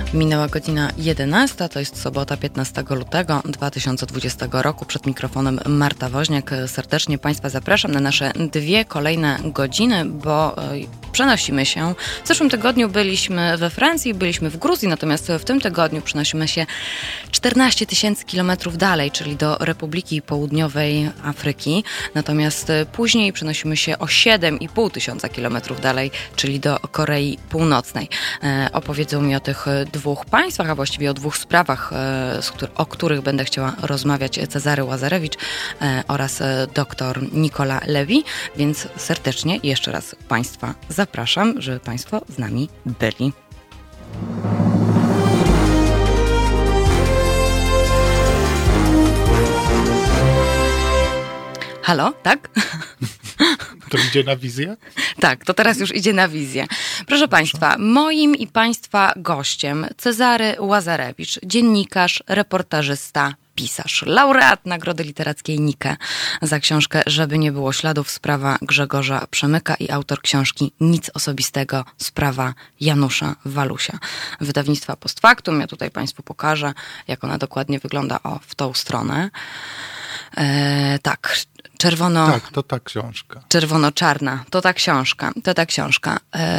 Minęła godzina 11, to jest sobota 15 lutego 2020 roku. Przed mikrofonem Marta Woźniak. Serdecznie Państwa zapraszam na nasze 2 kolejne godziny, bo przenosimy się. W zeszłym tygodniu byliśmy we Francji, byliśmy w Gruzji, natomiast w tym tygodniu przenosimy się 14 000 kilometrów dalej, czyli do Republiki Południowej Afryki. Natomiast później przenosimy się o 7500 kilometrów dalej, czyli do Korei Północnej. Opowiedzą mi o tych 2 państwach, a właściwie o 2 sprawach, o których będę chciała rozmawiać, Cezary Łazarewicz oraz dr Nicolas Levy, więc serdecznie jeszcze raz Państwa zapraszam, żeby Państwo z nami byli. Halo, tak? To idzie na wizję? Tak, to teraz już idzie na wizję. Proszę Państwa, moim i Państwa gościem Cezary Łazarewicz, dziennikarz, reportażysta, pisarz, laureat Nagrody Literackiej Nike za książkę Żeby nie było śladów, sprawa Grzegorza Przemyka i autor książki Nic osobistego, sprawa Janusza Walusia. Wydawnictwa Post Factum. Ja tutaj Państwu pokażę, jak ona dokładnie wygląda. O, w tą stronę. Tak, czerwono... Tak, to ta książka. Czerwono-czarna, to ta książka.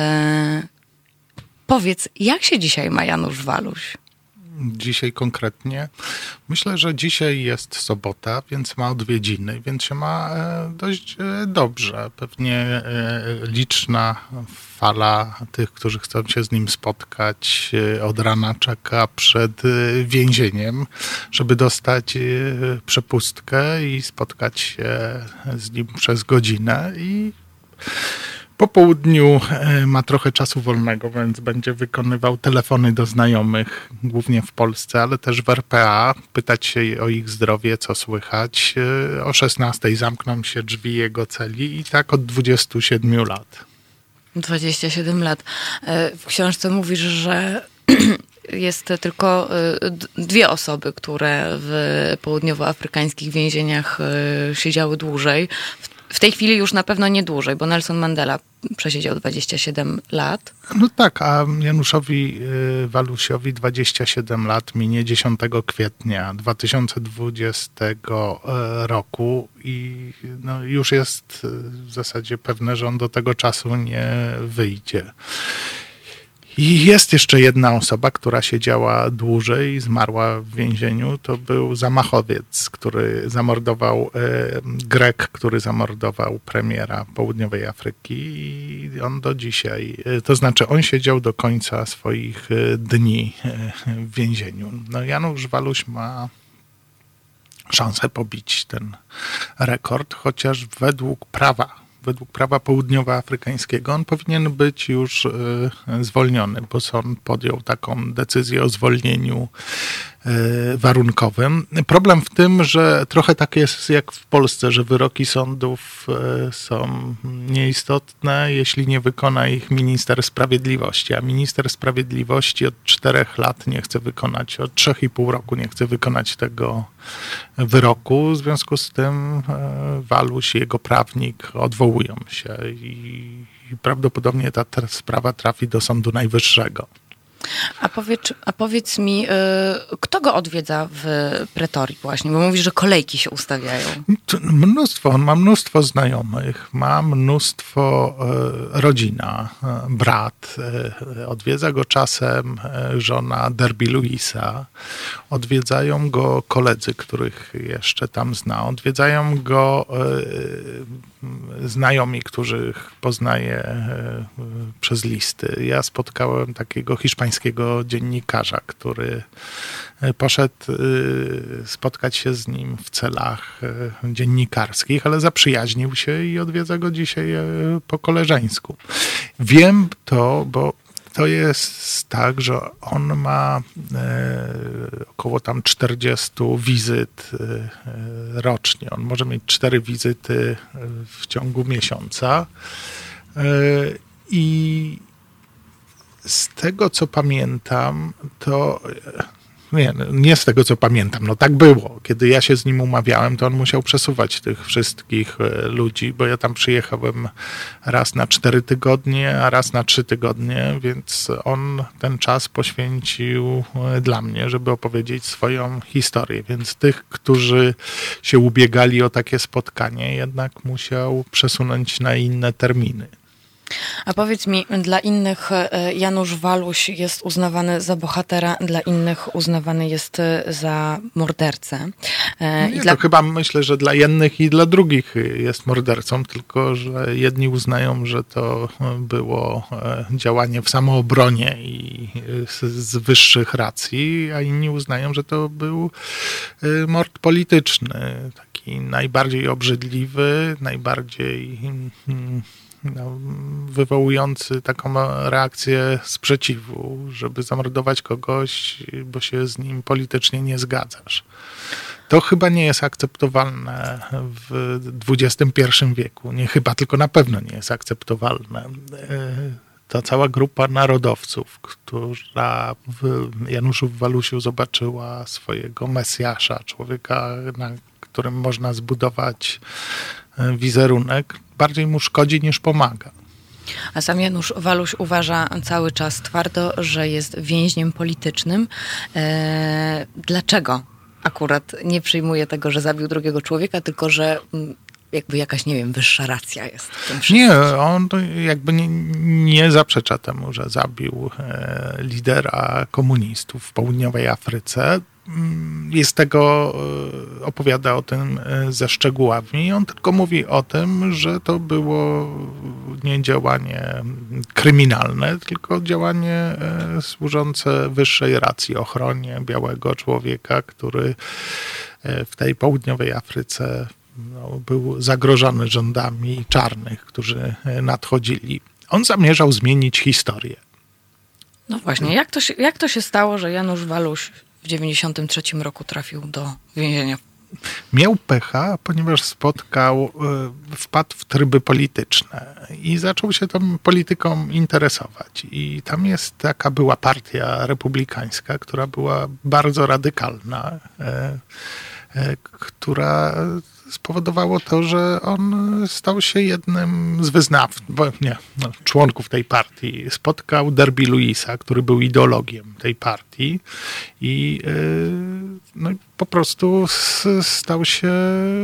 Powiedz, jak się dzisiaj ma Janusz Waluś? Dzisiaj konkretnie? Myślę, że dzisiaj jest sobota, więc ma odwiedziny, więc się ma dość dobrze. Pewnie liczna fala tych, którzy chcą się z nim spotkać, od rana czeka przed więzieniem, żeby dostać przepustkę i spotkać się z nim przez godzinę i po południu ma trochę czasu wolnego, więc będzie wykonywał telefony do znajomych, głównie w Polsce, ale też w RPA, pytać się o ich zdrowie, co słychać. O 16:00 zamkną się drzwi jego celi i tak od 27 lat. 27 lat. W książce mówisz, że jest tylko 2 osoby, które w południowoafrykańskich więzieniach siedziały dłużej. W tej chwili już na pewno nie dłużej, bo Nelson Mandela przesiedział 27 lat. No tak, a Januszowi Walusiowi 27 lat minie 10 kwietnia 2020 roku i no już jest w zasadzie pewne, że on do tego czasu nie wyjdzie. I jest jeszcze jedna osoba, która siedziała dłużej, zmarła w więzieniu. To był zamachowiec, który zamordował, Grek, który zamordował premiera Południowej Afryki i on do dzisiaj, to znaczy on siedział do końca swoich dni w więzieniu. No Janusz Waluś ma szansę pobić ten rekord, chociaż według prawa południowoafrykańskiego on powinien być już zwolniony, bo sąd podjął taką decyzję o zwolnieniu warunkowym. Problem w tym, że trochę tak jest jak w Polsce, że wyroki sądów są nieistotne, jeśli nie wykona ich minister sprawiedliwości, a minister sprawiedliwości od 4 lat nie chce wykonać, od 3,5 roku nie chce wykonać tego wyroku. W związku z tym Waluś i jego prawnik odwołują się i prawdopodobnie ta sprawa trafi do Sądu Najwyższego. A powiedz mi, kto go odwiedza w Pretorii właśnie? Bo mówisz, że kolejki się ustawiają. On ma mnóstwo znajomych, ma mnóstwo rodzina, brat. Odwiedza go czasem żona Derby Louisa. Odwiedzają go koledzy, których jeszcze tam zna. Odwiedzają go znajomi, których poznaje przez listy. Ja spotkałem takiego hiszpańskiego dziennikarza, który poszedł spotkać się z nim w celach dziennikarskich, ale zaprzyjaźnił się i odwiedza go dzisiaj po koleżeńsku. Wiem to, bo to jest tak, że on ma około tam 40 wizyt rocznie. On może mieć 4 wizyty w ciągu miesiąca. I z tego, co pamiętam, to nie z tego, co pamiętam. No tak było. Kiedy ja się z nim umawiałem, to on musiał przesuwać tych wszystkich ludzi, bo ja tam przyjechałem raz na 4 tygodnie, a raz na 3 tygodnie, więc on ten czas poświęcił dla mnie, żeby opowiedzieć swoją historię. Więc tych, którzy się ubiegali o takie spotkanie, jednak musiał przesunąć na inne terminy. A powiedz mi, dla innych Janusz Waluś jest uznawany za bohatera, dla innych uznawany jest za mordercę. To chyba myślę, że dla jednych i dla drugich jest mordercą, tylko że jedni uznają, że to było działanie w samoobronie i z wyższych racji, a inni uznają, że to był mord polityczny, taki najbardziej obrzydliwy, najbardziej wywołujący taką reakcję sprzeciwu, żeby zamordować kogoś, bo się z nim politycznie nie zgadzasz. To chyba nie jest akceptowalne w XXI wieku. Nie chyba, tylko na pewno nie jest akceptowalne. Ta cała grupa narodowców, która w Januszu Walusiu zobaczyła swojego Mesjasza, człowieka, na którym można zbudować wizerunek, bardziej mu szkodzi niż pomaga. A sam Janusz Waluś uważa cały czas twardo, że jest więźniem politycznym. Dlaczego akurat nie przyjmuje tego, że zabił drugiego człowieka, tylko że jakby jakaś, nie wiem, wyższa racja jest w tym wszystkim? Nie, on jakby nie zaprzecza temu, że zabił lidera komunistów w południowej Afryce. Jest tego, opowiada o tym ze szczegółami. On tylko mówi o tym, że to było nie działanie kryminalne, tylko działanie służące wyższej racji, ochronie białego człowieka, który w tej południowej Afryce był zagrożony rządami czarnych, którzy nadchodzili. On zamierzał zmienić historię. No właśnie, jak to się stało, że Janusz Waluś w 1993 roku trafił do więzienia? Miał pecha, ponieważ wpadł w tryby polityczne i zaczął się tą polityką interesować. I tam była partia republikańska, która była bardzo radykalna, która spowodowało to, że on stał się jednym z członków tej partii. Spotkał Derby Louisa, który był ideologiem tej partii i po prostu stał się,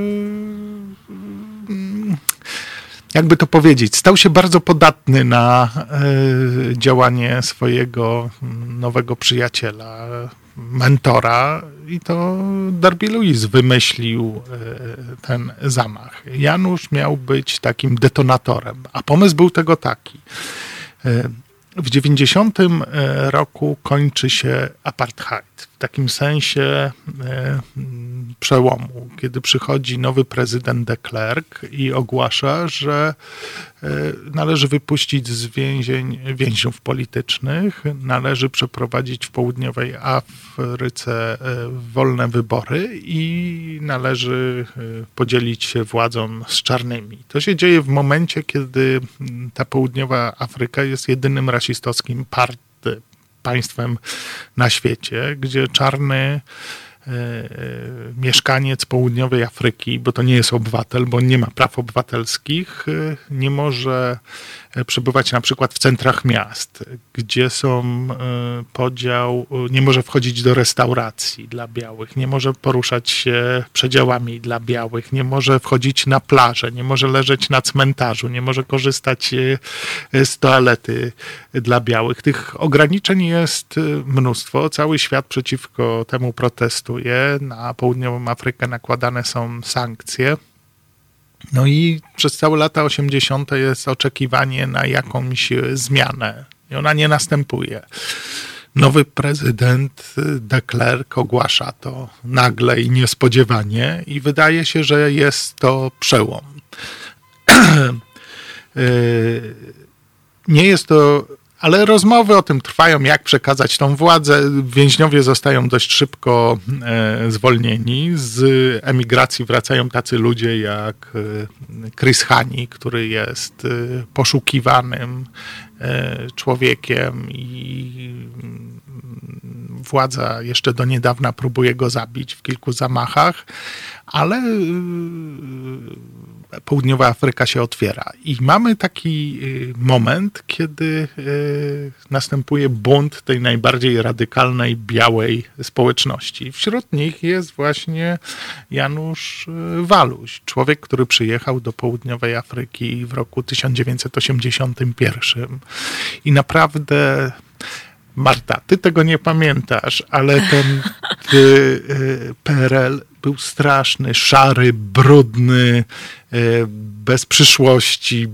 jakby to powiedzieć, stał się bardzo podatny na działanie swojego nowego przyjaciela, mentora, i to Derby Louis wymyślił ten zamach. Janusz miał być takim detonatorem, a pomysł był tego taki. W 90 roku kończy się apartheid. W takim sensie przełomu, kiedy przychodzi nowy prezydent de Klerk i ogłasza, że należy wypuścić z więźniów politycznych, należy przeprowadzić w południowej Afryce wolne wybory i należy podzielić się władzą z czarnymi. To się dzieje w momencie, kiedy ta południowa Afryka jest jedynym rasistowskim państwem na świecie, gdzie czarny mieszkaniec południowej Afryki, bo to nie jest obywatel, bo on nie ma praw obywatelskich, nie może przebywać na przykład w centrach miast, gdzie są nie może wchodzić do restauracji dla białych, nie może poruszać się przedziałami dla białych, nie może wchodzić na plażę, nie może leżeć na cmentarzu, nie może korzystać z toalety dla białych. Tych ograniczeń jest mnóstwo. Cały świat przeciwko temu protestuje. Na południową Afrykę nakładane są sankcje. No i przez całe lata 80. jest oczekiwanie na jakąś zmianę. I ona nie następuje. Nowy prezydent de Klerk ogłasza to nagle i niespodziewanie i wydaje się, że jest to przełom. Nie jest to... Ale rozmowy o tym trwają, jak przekazać tą władzę. Więźniowie zostają dość szybko zwolnieni. Z emigracji wracają tacy ludzie jak Chris Hani, który jest poszukiwanym człowiekiem i władza jeszcze do niedawna próbuje go zabić w kilku zamachach, ale Południowa Afryka się otwiera. I mamy taki moment, kiedy następuje bunt tej najbardziej radykalnej, białej społeczności. Wśród nich jest właśnie Janusz Waluś, człowiek, który przyjechał do Południowej Afryki w roku 1981. I naprawdę... Marta, ty tego nie pamiętasz, ale ten PRL był straszny, szary, brudny, bez przyszłości,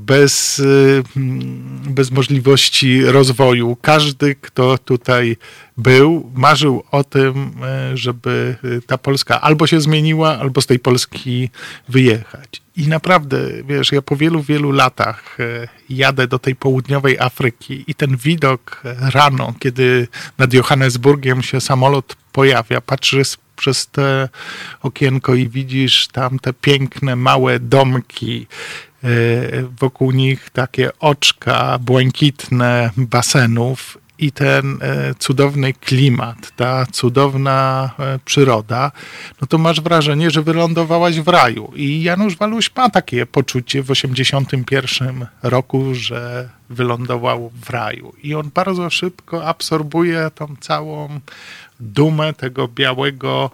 bez możliwości rozwoju. Każdy, kto tutaj był, marzył o tym, żeby ta Polska albo się zmieniła, albo z tej Polski wyjechać. I naprawdę, wiesz, ja po wielu, wielu latach jadę do tej południowej Afryki i ten widok rano, kiedy nad Johannesburgiem się samolot pojawia, patrzysz przez te okienko i widzisz tam te piękne, małe domki, wokół nich takie oczka błękitne basenów i ten cudowny klimat, ta cudowna przyroda, no to masz wrażenie, że wylądowałaś w raju. I Janusz Waluś ma takie poczucie w 1981 roku, że wylądował w raju. I on bardzo szybko absorbuje tą całą dumę tego białego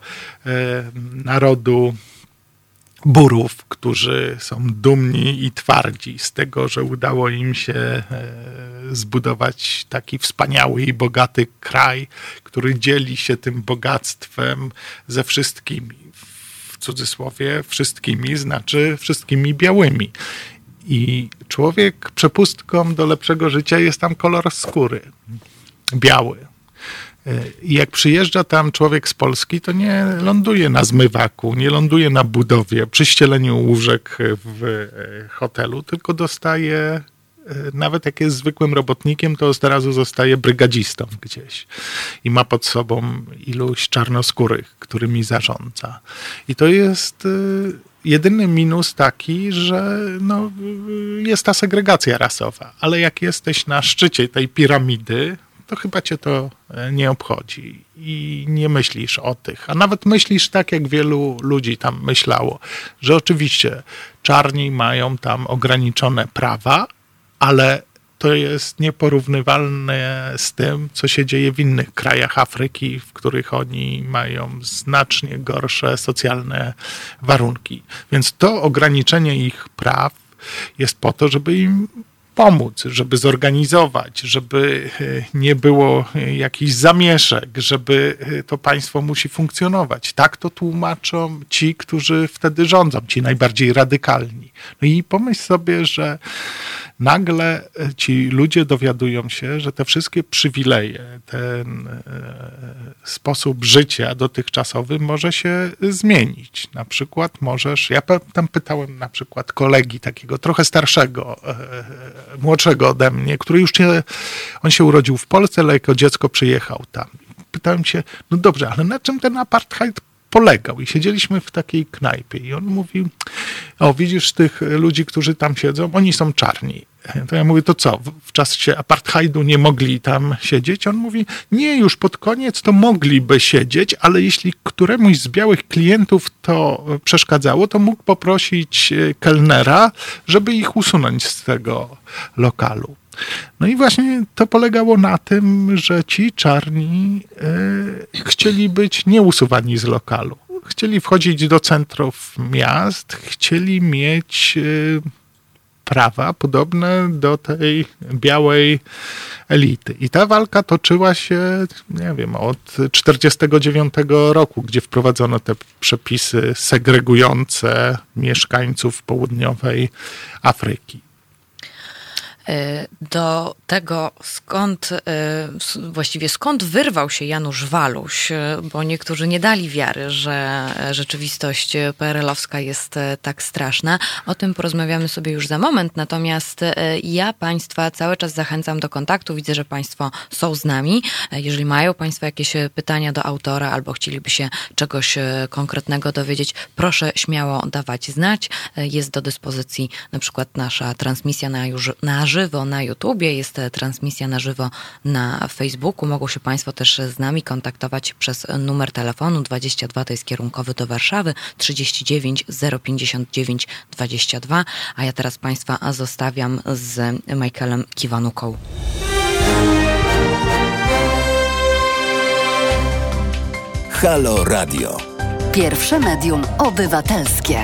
narodu Burów, którzy są dumni i twardzi z tego, że udało im się zbudować taki wspaniały i bogaty kraj, który dzieli się tym bogactwem ze wszystkimi. W cudzysłowie wszystkimi znaczy wszystkimi białymi. I człowiek przepustką do lepszego życia jest tam kolor skóry. Biały. I jak przyjeżdża tam człowiek z Polski, to nie ląduje na zmywaku, nie ląduje na budowie, przy ścieleniu łóżek w hotelu, tylko dostaje, nawet jak jest zwykłym robotnikiem, to od razu zostaje brygadzistą gdzieś. I ma pod sobą iluś czarnoskórych, którymi zarządza. I to jest jedyny minus taki, że no, jest ta segregacja rasowa. Ale jak jesteś na szczycie tej piramidy, to chyba cię to nie obchodzi i nie myślisz o tych. A nawet myślisz tak, jak wielu ludzi tam myślało, że oczywiście czarni mają tam ograniczone prawa, ale to jest nieporównywalne z tym, co się dzieje w innych krajach Afryki, w których oni mają znacznie gorsze socjalne warunki. Więc to ograniczenie ich praw jest po to, żeby im pomóc, żeby zorganizować, żeby nie było jakichś zamieszek, żeby to państwo musi funkcjonować. Tak to tłumaczą ci, którzy wtedy rządzą, ci najbardziej radykalni. No i pomyśl sobie, że nagle ci ludzie dowiadują się, że te wszystkie przywileje, ten sposób życia dotychczasowy może się zmienić. Na przykład możesz, ja tam pytałem na przykład kolegi takiego trochę starszego, młodszego ode mnie, który już on się urodził w Polsce, ale jako dziecko przyjechał tam. Pytałem się, no dobrze, ale na czym ten apartheid polegał? I siedzieliśmy w takiej knajpie i on mówił, o widzisz tych ludzi, którzy tam siedzą, oni są czarni. To ja mówię, to co, w czasie apartheidu nie mogli tam siedzieć? On mówi, nie, już pod koniec to mogliby siedzieć, ale jeśli któremuś z białych klientów to przeszkadzało, to mógł poprosić kelnera, żeby ich usunąć z tego lokalu. No i właśnie to polegało na tym, że ci czarni chcieli być nieusuwani z lokalu. Chcieli wchodzić do centrów miast, chcieli mieć prawa podobne do tej białej elity. I ta walka toczyła się, nie wiem, od 1949 roku, gdzie wprowadzono te przepisy segregujące mieszkańców południowej Afryki. Do tego, skąd wyrwał się Janusz Waluś, bo niektórzy nie dali wiary, że rzeczywistość PRL-owska jest tak straszna. O tym porozmawiamy sobie już za moment, natomiast ja Państwa cały czas zachęcam do kontaktu. Widzę, że Państwo są z nami. Jeżeli mają Państwo jakieś pytania do autora albo chcieliby się czegoś konkretnego dowiedzieć, proszę śmiało dawać znać. Jest do dyspozycji na przykład nasza transmisja na żywo żywo na YouTubie, jest transmisja na żywo na Facebooku. Mogą się Państwo też z nami kontaktować przez numer telefonu 22, to jest kierunkowy do Warszawy, 39 059 22, a ja teraz Państwa zostawiam z Michaelem Kiwanuką. Halo Radio. Pierwsze medium obywatelskie.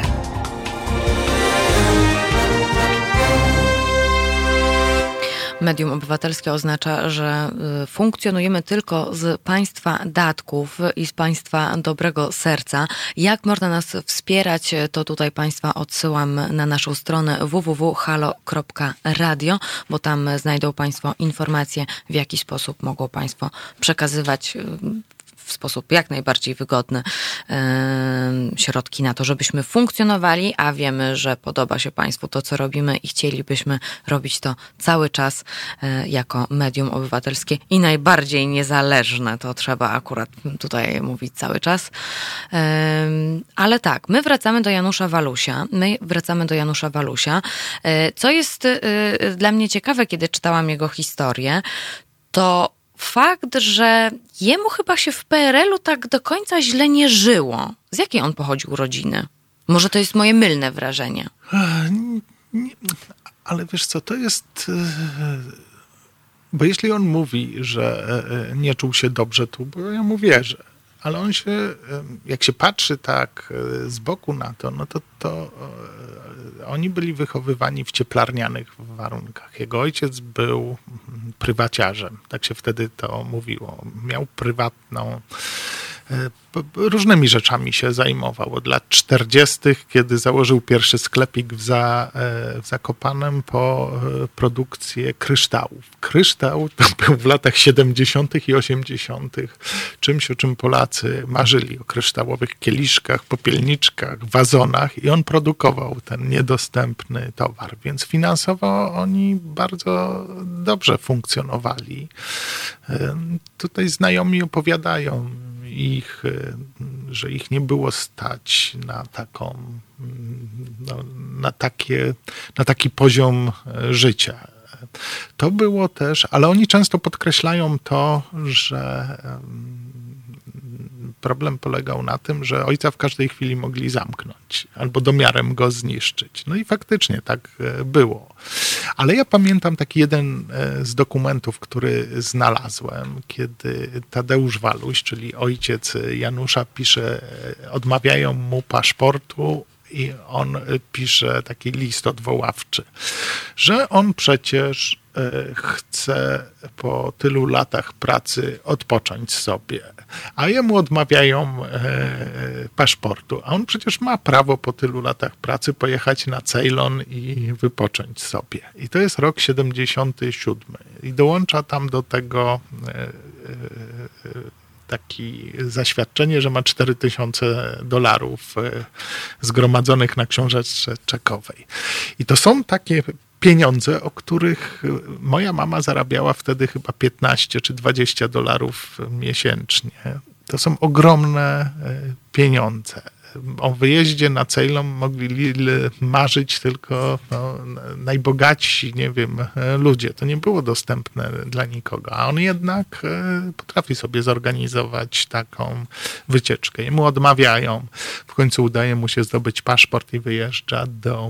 Medium obywatelskie oznacza, że funkcjonujemy tylko z Państwa datków i z Państwa dobrego serca. Jak można nas wspierać, to tutaj Państwa odsyłam na naszą stronę www.halo.radio, bo tam znajdą Państwo informacje, w jaki sposób mogą Państwo przekazywać w sposób jak najbardziej wygodny środki na to, żebyśmy funkcjonowali, a wiemy, że podoba się Państwu to, co robimy i chcielibyśmy robić to cały czas jako medium obywatelskie i najbardziej niezależne. To trzeba akurat tutaj mówić cały czas. Ale tak, my wracamy do Janusza Walusia. Co jest dla mnie ciekawe, kiedy czytałam jego historię, to fakt, że jemu chyba się w PRL-u tak do końca źle nie żyło. Z jakiej on pochodził rodziny? Może to jest moje mylne wrażenie. Nie, ale wiesz co, to jest... Bo jeśli on mówi, że nie czuł się dobrze tu, bo ja mu wierzę, ale on się, jak się patrzy tak z boku na to, no to oni byli wychowywani w cieplarnianych warunkach. Jego ojciec był prywaciarzem, tak się wtedy to mówiło. Miał prywatną, różnymi rzeczami się zajmował. Od lat 40., kiedy założył pierwszy sklepik w Zakopanem po produkcję kryształów. Kryształ to był w latach 70. i 80. czymś, o czym Polacy marzyli. O kryształowych kieliszkach, popielniczkach, wazonach i on produkował ten niedostępny towar. Więc finansowo oni bardzo dobrze funkcjonowali. Tutaj znajomi opowiadają że ich nie było stać na taką, na taki poziom życia. To było też, ale oni często podkreślają to, że problem polegał na tym, że ojca w każdej chwili mogli zamknąć albo domiarem go zniszczyć. No i faktycznie tak było. Ale ja pamiętam taki jeden z dokumentów, który znalazłem, kiedy Tadeusz Waluś, czyli ojciec Janusza, pisze, odmawiają mu paszportu i on pisze taki list odwoławczy, że on przecież chce po tylu latach pracy odpocząć sobie, a jemu odmawiają paszportu, a on przecież ma prawo po tylu latach pracy pojechać na Ceylan i wypocząć sobie. I to jest rok 77. I dołącza tam do tego takie zaświadczenie, że ma $4000 zgromadzonych na książeczce czekowej. I to są takie pieniądze, o których moja mama zarabiała wtedy chyba $15 czy $20 miesięcznie. To są ogromne pieniądze. O wyjeździe na Ceylan mogli marzyć tylko najbogatsi, nie wiem, ludzie. To nie było dostępne dla nikogo, a on jednak potrafi sobie zorganizować taką wycieczkę. Jemu odmawiają. W końcu udaje mu się zdobyć paszport i wyjeżdża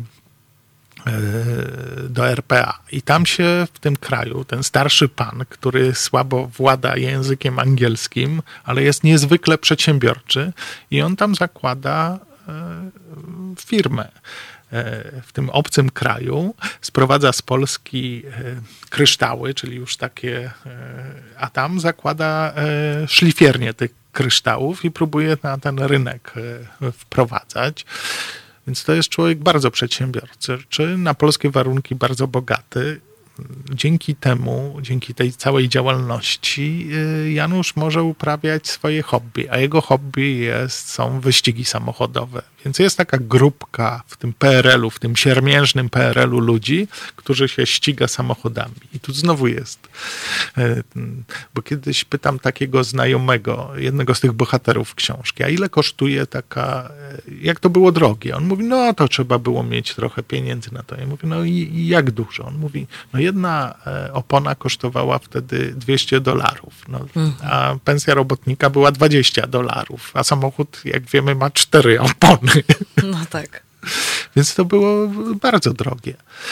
do RPA. I tam się w tym kraju ten starszy pan, który słabo włada językiem angielskim, ale jest niezwykle przedsiębiorczy i on tam zakłada firmę w tym obcym kraju, sprowadza z Polski kryształy, czyli już takie, a tam zakłada szlifiernię tych kryształów i próbuje na ten rynek wprowadzać. Więc to jest człowiek bardzo przedsiębiorczy, czy na polskie warunki bardzo bogaty. Dzięki temu, dzięki tej całej działalności Janusz może uprawiać swoje hobby, a jego hobby są wyścigi samochodowe. Więc jest taka grupka w tym PRL-u, w tym siermiężnym PRL-u ludzi, którzy się ściga samochodami. I tu znowu jest, bo kiedyś pytam takiego znajomego, jednego z tych bohaterów książki, a ile kosztuje taka, jak to było drogie? On mówi, no to trzeba było mieć trochę pieniędzy na to. Ja mówię, no i jak dużo? On mówi, no jedna opona kosztowała wtedy $200, a pensja robotnika była $20, a samochód, jak wiemy, ma 4 opony. No tak. Więc to było bardzo drogie.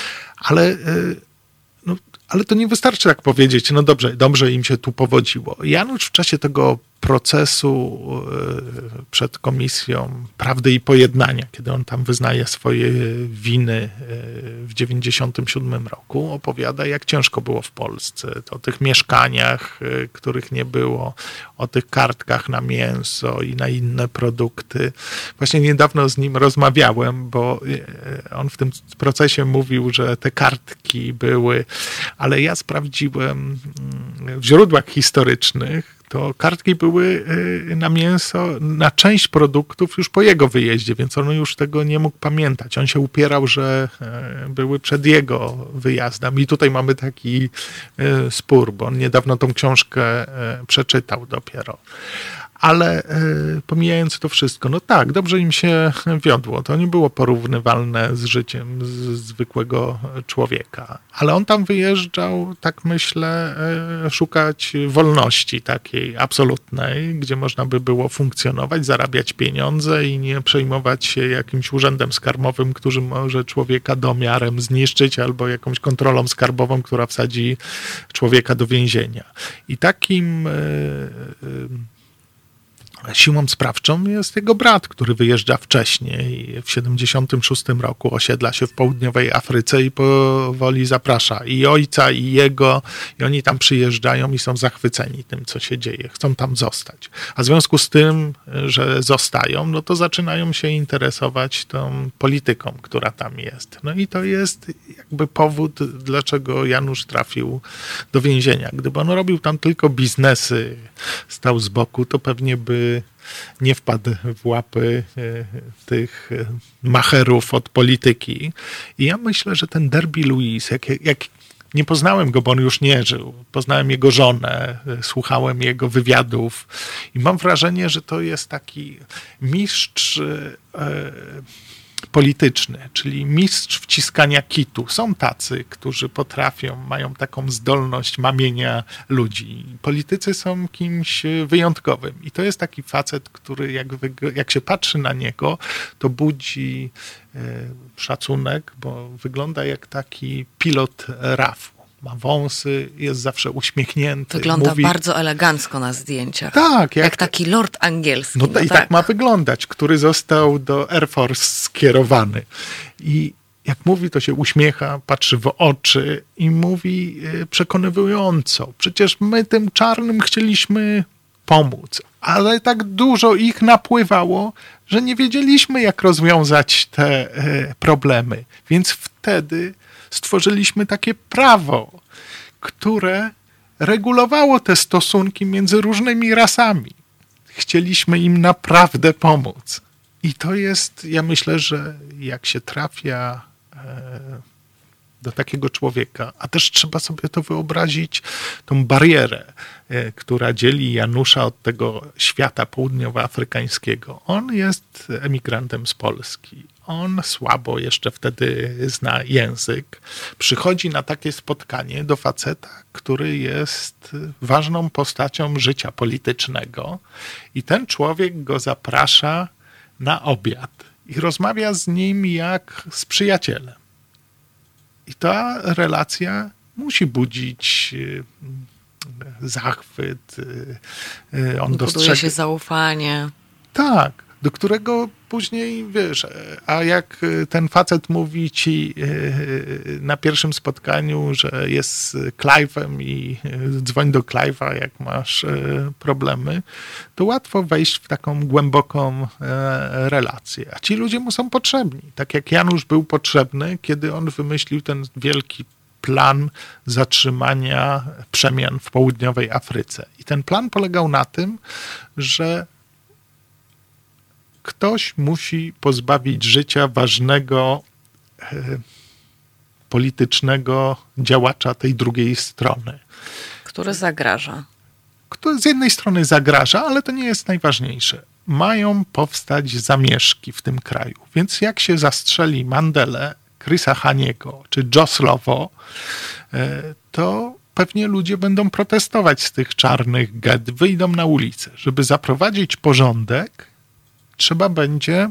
Ale to nie wystarczy tak powiedzieć, no dobrze im się tu powodziło. Janusz w czasie tego procesu przed Komisją Prawdy i Pojednania, kiedy on tam wyznaje swoje winy w 1997 roku, opowiada, jak ciężko było w Polsce. O tych mieszkaniach, których nie było, o tych kartkach na mięso i na inne produkty. Właśnie niedawno z nim rozmawiałem, bo on w tym procesie mówił, że te kartki były, ale ja sprawdziłem w źródłach historycznych, to kartki były na mięso, na część produktów już po jego wyjeździe, więc on już tego nie mógł pamiętać. On się upierał, że były przed jego wyjazdem. I tutaj mamy taki spór, bo on niedawno tą książkę przeczytał dopiero. Ale pomijając to wszystko, no tak, dobrze im się wiodło. To nie było porównywalne z życiem zwykłego człowieka. Ale on tam wyjeżdżał, tak myślę, szukać wolności takiej absolutnej, gdzie można by było funkcjonować, zarabiać pieniądze i nie przejmować się jakimś urzędem skarbowym, który może człowieka domiarem zniszczyć, albo jakąś kontrolą skarbową, która wsadzi człowieka do więzienia. I takim siłą sprawczą jest jego brat, który wyjeżdża wcześniej. W 76 roku osiedla się w południowej Afryce i powoli zaprasza i ojca, i jego. I oni tam przyjeżdżają i są zachwyceni tym, co się dzieje. Chcą tam zostać. A w związku z tym, że zostają, no to zaczynają się interesować tą polityką, która tam jest. No i to jest jakby powód, dlaczego Janusz trafił do więzienia. Gdyby on robił tam tylko biznesy, stał z boku, to pewnie by nie wpadł w łapy tych macherów od polityki. I ja myślę, że ten Derby Louis, jak nie poznałem go, bo on już nie żył, poznałem jego żonę, słuchałem jego wywiadów i mam wrażenie, że to jest taki mistrz polityczny, czyli mistrz wciskania kitu. Są tacy, którzy potrafią, mają taką zdolność mamienia ludzi. Politycy są kimś wyjątkowym. I to jest taki facet, który jak się patrzy na niego, to budzi szacunek, bo wygląda jak taki pilot RAF-u. Ma wąsy, jest zawsze uśmiechnięty. Wygląda mówi bardzo elegancko na zdjęciach. Tak. Jak taki lord angielski. No i tak ma wyglądać, który został do Air Force skierowany. I jak mówi, to się uśmiecha, patrzy w oczy i mówi przekonywująco. Przecież my tym czarnym chcieliśmy pomóc, ale tak dużo ich napływało, że nie wiedzieliśmy, jak rozwiązać te problemy. Więc wtedy stworzyliśmy takie prawo, które regulowało te stosunki między różnymi rasami. Chcieliśmy im naprawdę pomóc. I to jest, ja myślę, że jak się trafia do takiego człowieka, a też trzeba sobie to wyobrazić, tą barierę, która dzieli Janusza od tego świata południowoafrykańskiego. On jest emigrantem z Polski. On słabo jeszcze wtedy zna język. Przychodzi na takie spotkanie do faceta, który jest ważną postacią życia politycznego i ten człowiek go zaprasza na obiad i rozmawia z nim jak z przyjacielem. I ta relacja musi budzić zachwyt. On buduje się zaufanie. Tak, do którego później, wiesz, a jak ten facet mówi ci na pierwszym spotkaniu, że jest Clive'em i dzwoń do Clive'a, jak masz problemy, to łatwo wejść w taką głęboką relację. A ci ludzie mu są potrzebni. Tak jak Janusz był potrzebny, kiedy on wymyślił ten wielki plan zatrzymania przemian w południowej Afryce. I ten plan polegał na tym, że ktoś musi pozbawić życia ważnego politycznego działacza tej drugiej strony. Który zagraża. Który z jednej strony zagraża, ale to nie jest najważniejsze. Mają powstać zamieszki w tym kraju. Więc jak się zastrzeli Mandelę, Chrisa Haniego czy Joslowo, to pewnie ludzie będą protestować z tych czarnych get, wyjdą na ulicę. Żeby zaprowadzić porządek, trzeba będzie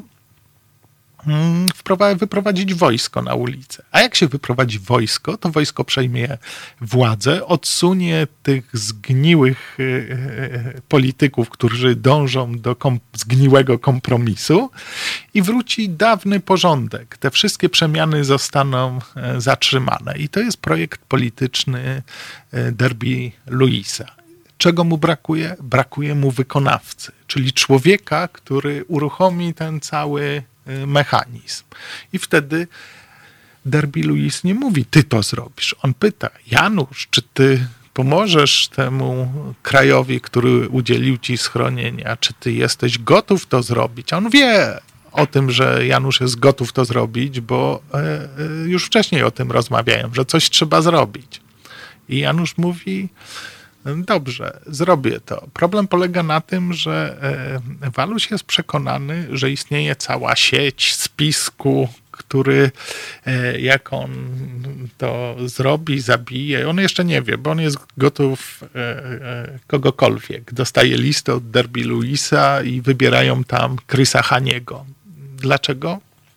wyprowadzić wojsko na ulicę. A jak się wyprowadzi wojsko, to wojsko przejmie władzę, odsunie tych zgniłych polityków, którzy dążą do zgniłego kompromisu i wróci dawny porządek. Te wszystkie przemiany zostaną zatrzymane. I to jest projekt polityczny Derby Louisa. Czego mu brakuje? Brakuje mu wykonawcy, czyli człowieka, który uruchomi ten cały mechanizm. I wtedy Derby Louis nie mówi, ty to zrobisz. On pyta, Janusz, czy ty pomożesz temu krajowi, który udzielił ci schronienia? Czy ty jesteś gotów to zrobić? A on wie o tym, że Janusz jest gotów to zrobić, bo już wcześniej o tym rozmawiają, że coś trzeba zrobić. I Janusz mówi, dobrze, zrobię to. Problem polega na tym, że Waluś jest przekonany, że istnieje cała sieć spisku, który jak on to zrobi, zabije. On jeszcze nie wie, bo on jest gotów kogokolwiek. Dostaje listę od Derby Louisa i wybierają tam Chrisa Haniego. Dlaczego?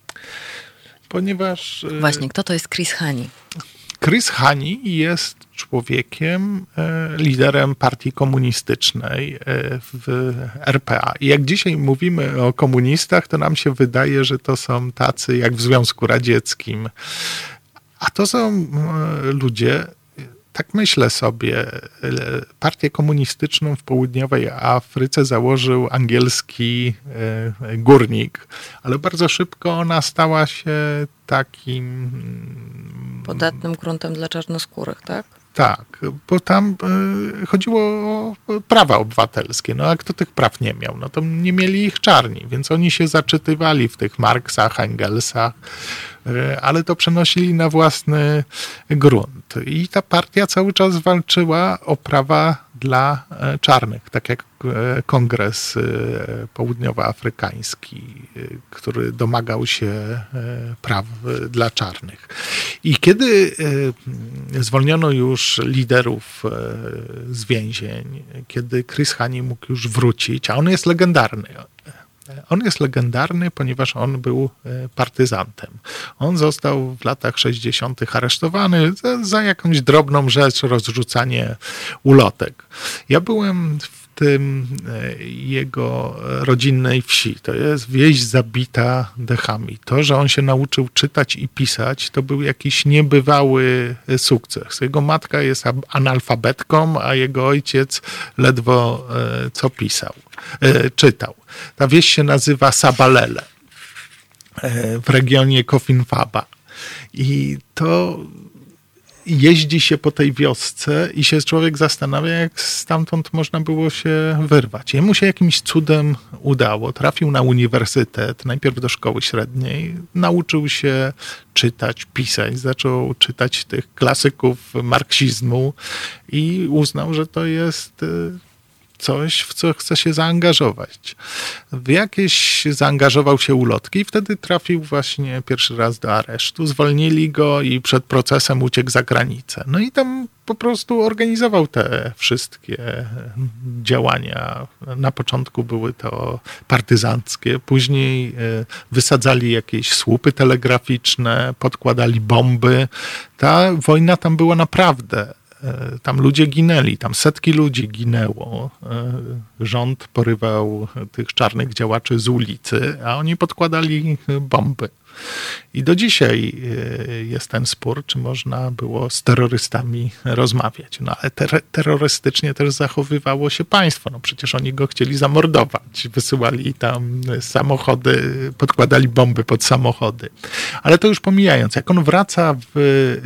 Ponieważ... Właśnie, kto to jest Chris Hani? Chris Hani jest człowiekiem, liderem partii komunistycznej w RPA. I jak dzisiaj mówimy o komunistach, to nam się wydaje, że to są tacy jak w Związku Radzieckim. A to są ludzie, tak myślę sobie, partię komunistyczną w południowej Afryce założył angielski górnik, ale bardzo szybko ona stała się takim... Podatnym gruntem dla czarnoskórych, tak? Tak, bo tam chodziło o prawa obywatelskie. No a kto tych praw nie miał? No to nie mieli ich czarni, więc oni się zaczytywali w tych Marksach, Engelsach, ale to przenosili na własny grunt. I ta partia cały czas walczyła o prawa dla czarnych, tak jak Kongres Południowoafrykański, który domagał się praw dla czarnych. I kiedy zwolniono już liderów z więzień, kiedy Chris Hani mógł już wrócić, a on jest legendarny. On jest legendarny, ponieważ on był partyzantem. On został w latach 60. aresztowany za jakąś drobną rzecz, rozrzucanie ulotek. Ja byłem w tym jego rodzinnej wsi. To jest wieś zabita dechami. To, że on się nauczył czytać i pisać, to był jakiś niebywały sukces. Jego matka jest analfabetką, a jego ojciec ledwo co czytał. Ta wieś się nazywa Sabalele w regionie Kofinfaba. I to jeździ się po tej wiosce i się człowiek zastanawia, jak stamtąd można było się wyrwać. Jemu się jakimś cudem udało. Trafił na uniwersytet, najpierw do szkoły średniej, nauczył się czytać, pisać, zaczął czytać tych klasyków marksizmu i uznał, że to jest coś, w co chce się zaangażować. W jakieś zaangażował się ulotki i wtedy trafił właśnie pierwszy raz do aresztu. Zwolnili go i przed procesem uciekł za granicę. No i tam po prostu organizował te wszystkie działania. Na początku były to partyzanckie, później wysadzali jakieś słupy telegraficzne, podkładali bomby. Ta wojna tam była naprawdę. Tam ludzie ginęli, tam setki ludzi ginęło. Rząd porywał tych czarnych działaczy z ulicy, a oni podkładali bomby. I do dzisiaj jest ten spór, czy można było z terrorystami rozmawiać. No ale terrorystycznie też zachowywało się państwo. No przecież oni go chcieli zamordować. Wysyłali tam samochody, podkładali bomby pod samochody. Ale to już pomijając, jak on wraca w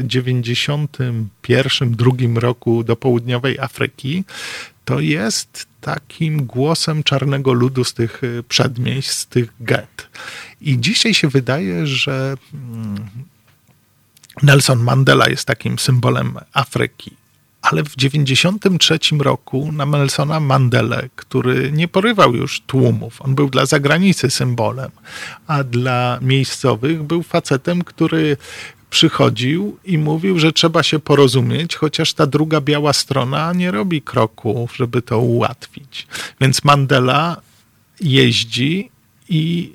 91-2 roku do południowej Afryki, to jest takim głosem czarnego ludu z tych przedmieść, z tych get. I dzisiaj się wydaje, że Nelson Mandela jest takim symbolem Afryki. ale w 1993 roku na Nelsona Mandelę, który nie porywał już tłumów, on był dla zagranicy symbolem, a dla miejscowych był facetem, który przychodził i mówił, że trzeba się porozumieć, chociaż ta druga biała strona nie robi kroków, żeby to ułatwić. Więc Mandela jeździ i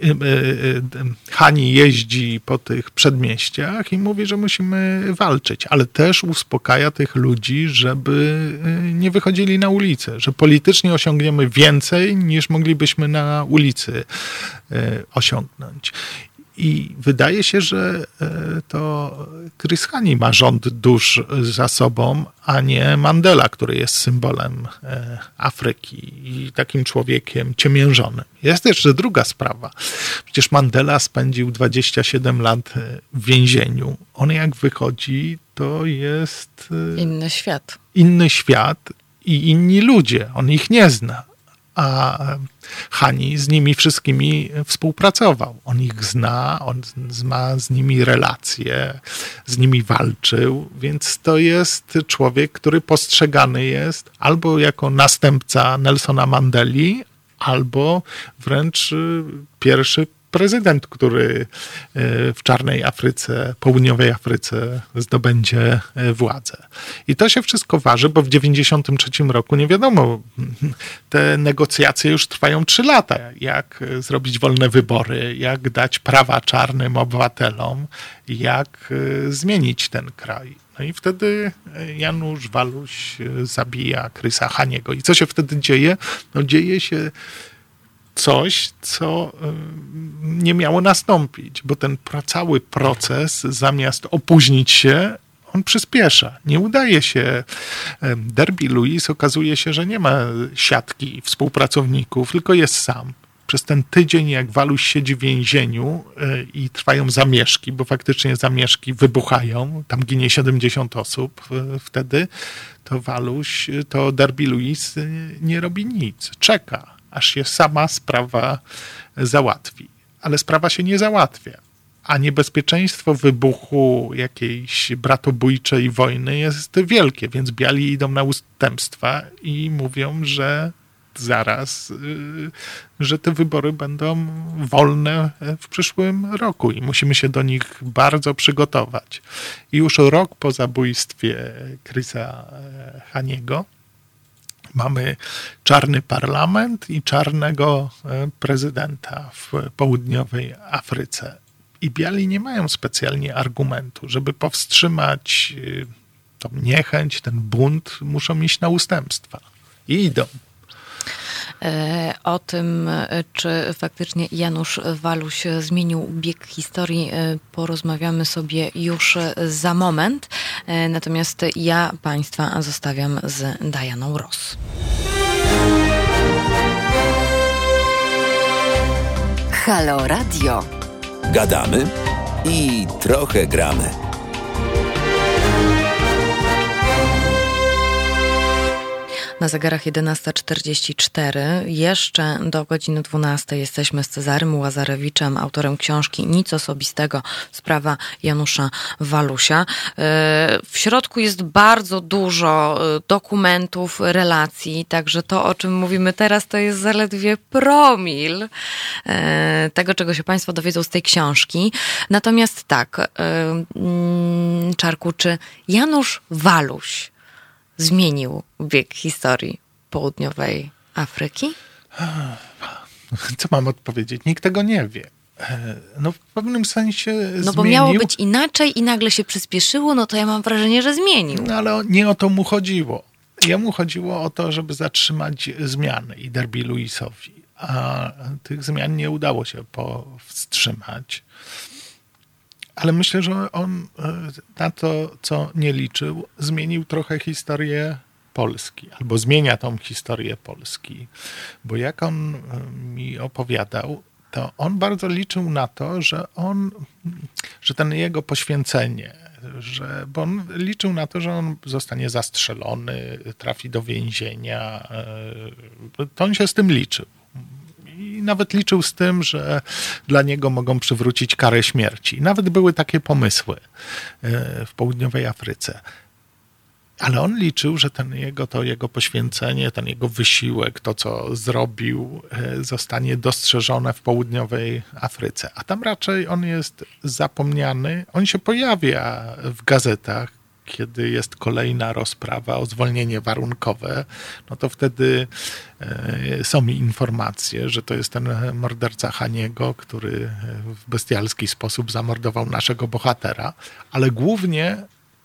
Hani jeździ po tych przedmieściach i mówi, że musimy walczyć, ale też uspokaja tych ludzi, żeby nie wychodzili na ulicę, że politycznie osiągniemy więcej, niż moglibyśmy na ulicy osiągnąć. I wydaje się, że to Chris Hani ma rząd dusz za sobą, a nie Mandela, który jest symbolem Afryki i takim człowiekiem ciemiężonym. Jest jeszcze druga sprawa. Przecież Mandela spędził 27 lat w więzieniu. On jak wychodzi, to jest inny świat. Inny świat i inni ludzie. On ich nie zna. A Hani z nimi wszystkimi współpracował. On ich zna, on ma z nimi relacje, z nimi walczył, więc to jest człowiek, który postrzegany jest albo jako następca Nelsona Mandeli, albo wręcz pierwszy prezydent, który w czarnej Afryce, południowej Afryce zdobędzie władzę. I to się wszystko waży, bo w 1993 roku nie wiadomo, te negocjacje już trwają 3 lata. Jak zrobić wolne wybory, jak dać prawa czarnym obywatelom, jak zmienić ten kraj. No i wtedy Janusz Waluś zabija Chrisa Haniego. I co się wtedy dzieje? No dzieje się coś, co nie miało nastąpić, bo ten cały proces, zamiast opóźnić się, on przyspiesza. Nie udaje się. Derby Lewis okazuje się, że nie ma siatki współpracowników, tylko jest sam. Przez ten tydzień, jak Waluś siedzi w więzieniu i trwają zamieszki, bo faktycznie zamieszki wybuchają, tam ginie 70 osób wtedy, to Waluś, to Derby Lewis nie robi nic. Czeka, aż się sama sprawa załatwi. Ale sprawa się nie załatwia. A niebezpieczeństwo wybuchu jakiejś bratobójczej wojny jest wielkie, więc biali idą na ustępstwa i mówią, że zaraz, że te wybory będą wolne w przyszłym roku i musimy się do nich bardzo przygotować. I już rok po zabójstwie Chrisa Haniego mamy czarny parlament i czarnego prezydenta w południowej Afryce. I biali nie mają specjalnie argumentu, żeby powstrzymać tą niechęć, ten bunt, muszą iść na ustępstwa. I idą. O tym, czy faktycznie Janusz Waluś zmienił bieg historii, porozmawiamy sobie już za moment. Natomiast ja Państwa zostawiam z Dianą Ross. Halo Radio. Gadamy i trochę gramy. Na zegarach 11:44. Jeszcze do godziny 12 jesteśmy z Cezarym Łazarewiczem, autorem książki Nic osobistego, sprawa Janusza Walusia. W środku jest bardzo dużo dokumentów, relacji, także to, o czym mówimy teraz, to jest zaledwie promil tego, czego się Państwo dowiedzą z tej książki. Natomiast tak, Czarku, czy Janusz Waluś zmienił bieg historii południowej Afryki? Co mam odpowiedzieć? Nikt tego nie wie. No w pewnym sensie zmienił. No bo miało być inaczej i nagle się przyspieszyło, no to ja mam wrażenie, że zmienił. No ale nie o to mu chodziło. Jemu chodziło o to, żeby zatrzymać zmiany i Derby Lewisowi. A tych zmian nie udało się powstrzymać. Ale myślę, że on na to, co nie liczył, zmienił trochę historię Polski, albo zmienia tą historię Polski. Bo jak on mi opowiadał, to on bardzo liczył na to, że ten jego poświęcenie, bo on liczył na to, że on zostanie zastrzelony, trafi do więzienia. To on się z tym liczył. I nawet liczył z tym, że dla niego mogą przywrócić karę śmierci. Nawet były takie pomysły w południowej Afryce. Ale on liczył, że to jego poświęcenie, ten jego wysiłek, to co zrobił, zostanie dostrzeżone w południowej Afryce. A tam raczej on jest zapomniany. On się pojawia w gazetach, kiedy jest kolejna rozprawa o zwolnienie warunkowe, no to wtedy są informacje, że to jest ten morderca Haniego, który w bestialski sposób zamordował naszego bohatera, ale głównie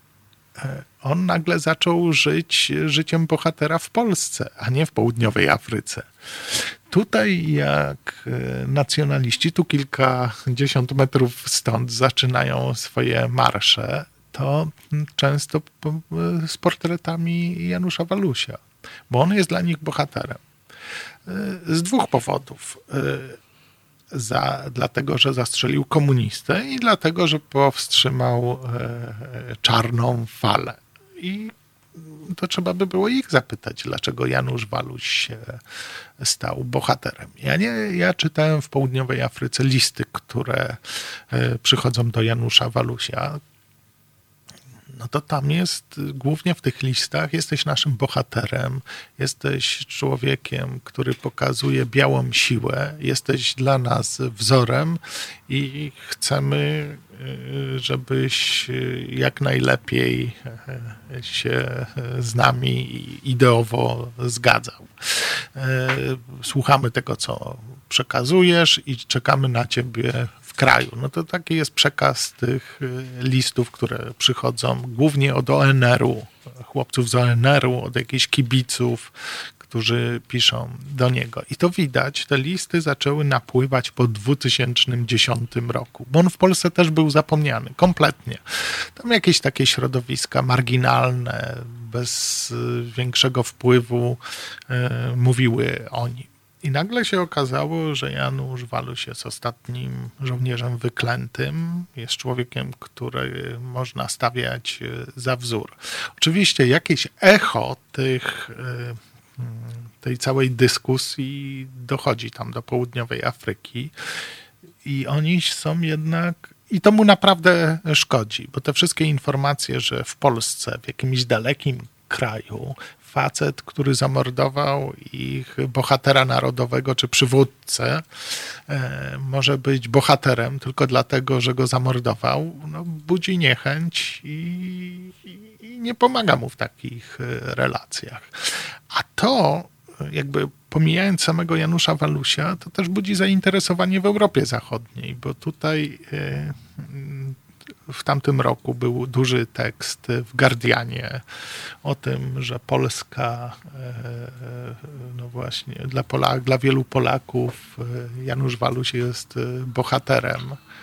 on nagle zaczął żyć życiem bohatera w Polsce, a nie w południowej Afryce. Tutaj jak nacjonaliści, tu kilkadziesiąt metrów stąd zaczynają swoje marsze, to często z portretami Janusza Walusia, bo on jest dla nich bohaterem. Z dwóch powodów. Dlatego, że zastrzelił komunistę i dlatego, że powstrzymał czarną falę. I to trzeba by było ich zapytać, dlaczego Janusz Waluś się stał bohaterem. Ja czytałem w południowej Afryce listy, które przychodzą do Janusza Walusia. No to tam jest, głównie w tych listach, jesteś naszym bohaterem, jesteś człowiekiem, który pokazuje białą siłę, jesteś dla nas wzorem i chcemy, żebyś jak najlepiej się z nami ideowo zgadzał. Słuchamy tego, co przekazujesz i czekamy na ciebie w kraju. No to taki jest przekaz tych listów, które przychodzą głównie od ONR-u, chłopców z ONR-u, od jakichś kibiców, którzy piszą do niego. I to widać, te listy zaczęły napływać po 2010 roku, bo on w Polsce też był zapomniany, kompletnie. Tam jakieś takie środowiska marginalne, bez większego wpływu mówiły o nim. I nagle się okazało, że Janusz Waluś jest ostatnim żołnierzem wyklętym, jest człowiekiem, który można stawiać za wzór. Oczywiście jakieś echo tej całej dyskusji dochodzi tam do południowej Afryki i oni są jednak, i to mu naprawdę szkodzi, bo te wszystkie informacje, że w Polsce, w jakimś dalekim kraju, facet, który zamordował ich bohatera narodowego czy przywódcę, może być bohaterem tylko dlatego, że go zamordował, no, budzi niechęć i nie pomaga mu w takich relacjach. A to, jakby pomijając samego Janusza Walusia, to też budzi zainteresowanie w Europie Zachodniej, bo tutaj w tamtym roku był duży tekst w Guardianie o tym, że Polska, no właśnie, dla wielu Polaków Janusz Waluś jest bohaterem,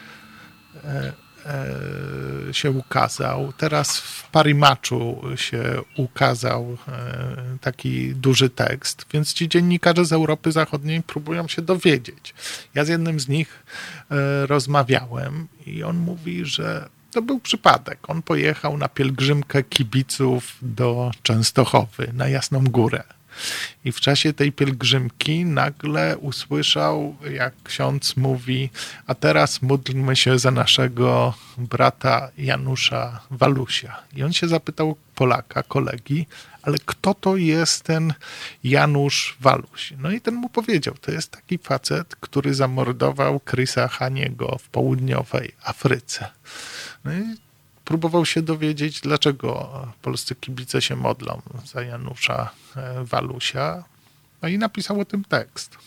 się ukazał. Teraz w Parimaczu się ukazał taki duży tekst, więc ci dziennikarze z Europy Zachodniej próbują się dowiedzieć. Ja z jednym z nich rozmawiałem i on mówi, że to był przypadek. On pojechał na pielgrzymkę kibiców do Częstochowy, na Jasną Górę. I w czasie tej pielgrzymki nagle usłyszał, jak ksiądz mówi, a teraz módlmy się za naszego brata Janusza Walusia. I on się zapytał Polaka, kolegi, ale kto to jest ten Janusz Waluś? No i ten mu powiedział, to jest taki facet, który zamordował Chrisa Haniego w południowej Afryce. No i próbował się dowiedzieć, dlaczego polscy kibice się modlą za Janusza Walusia. No i napisał o tym tekst.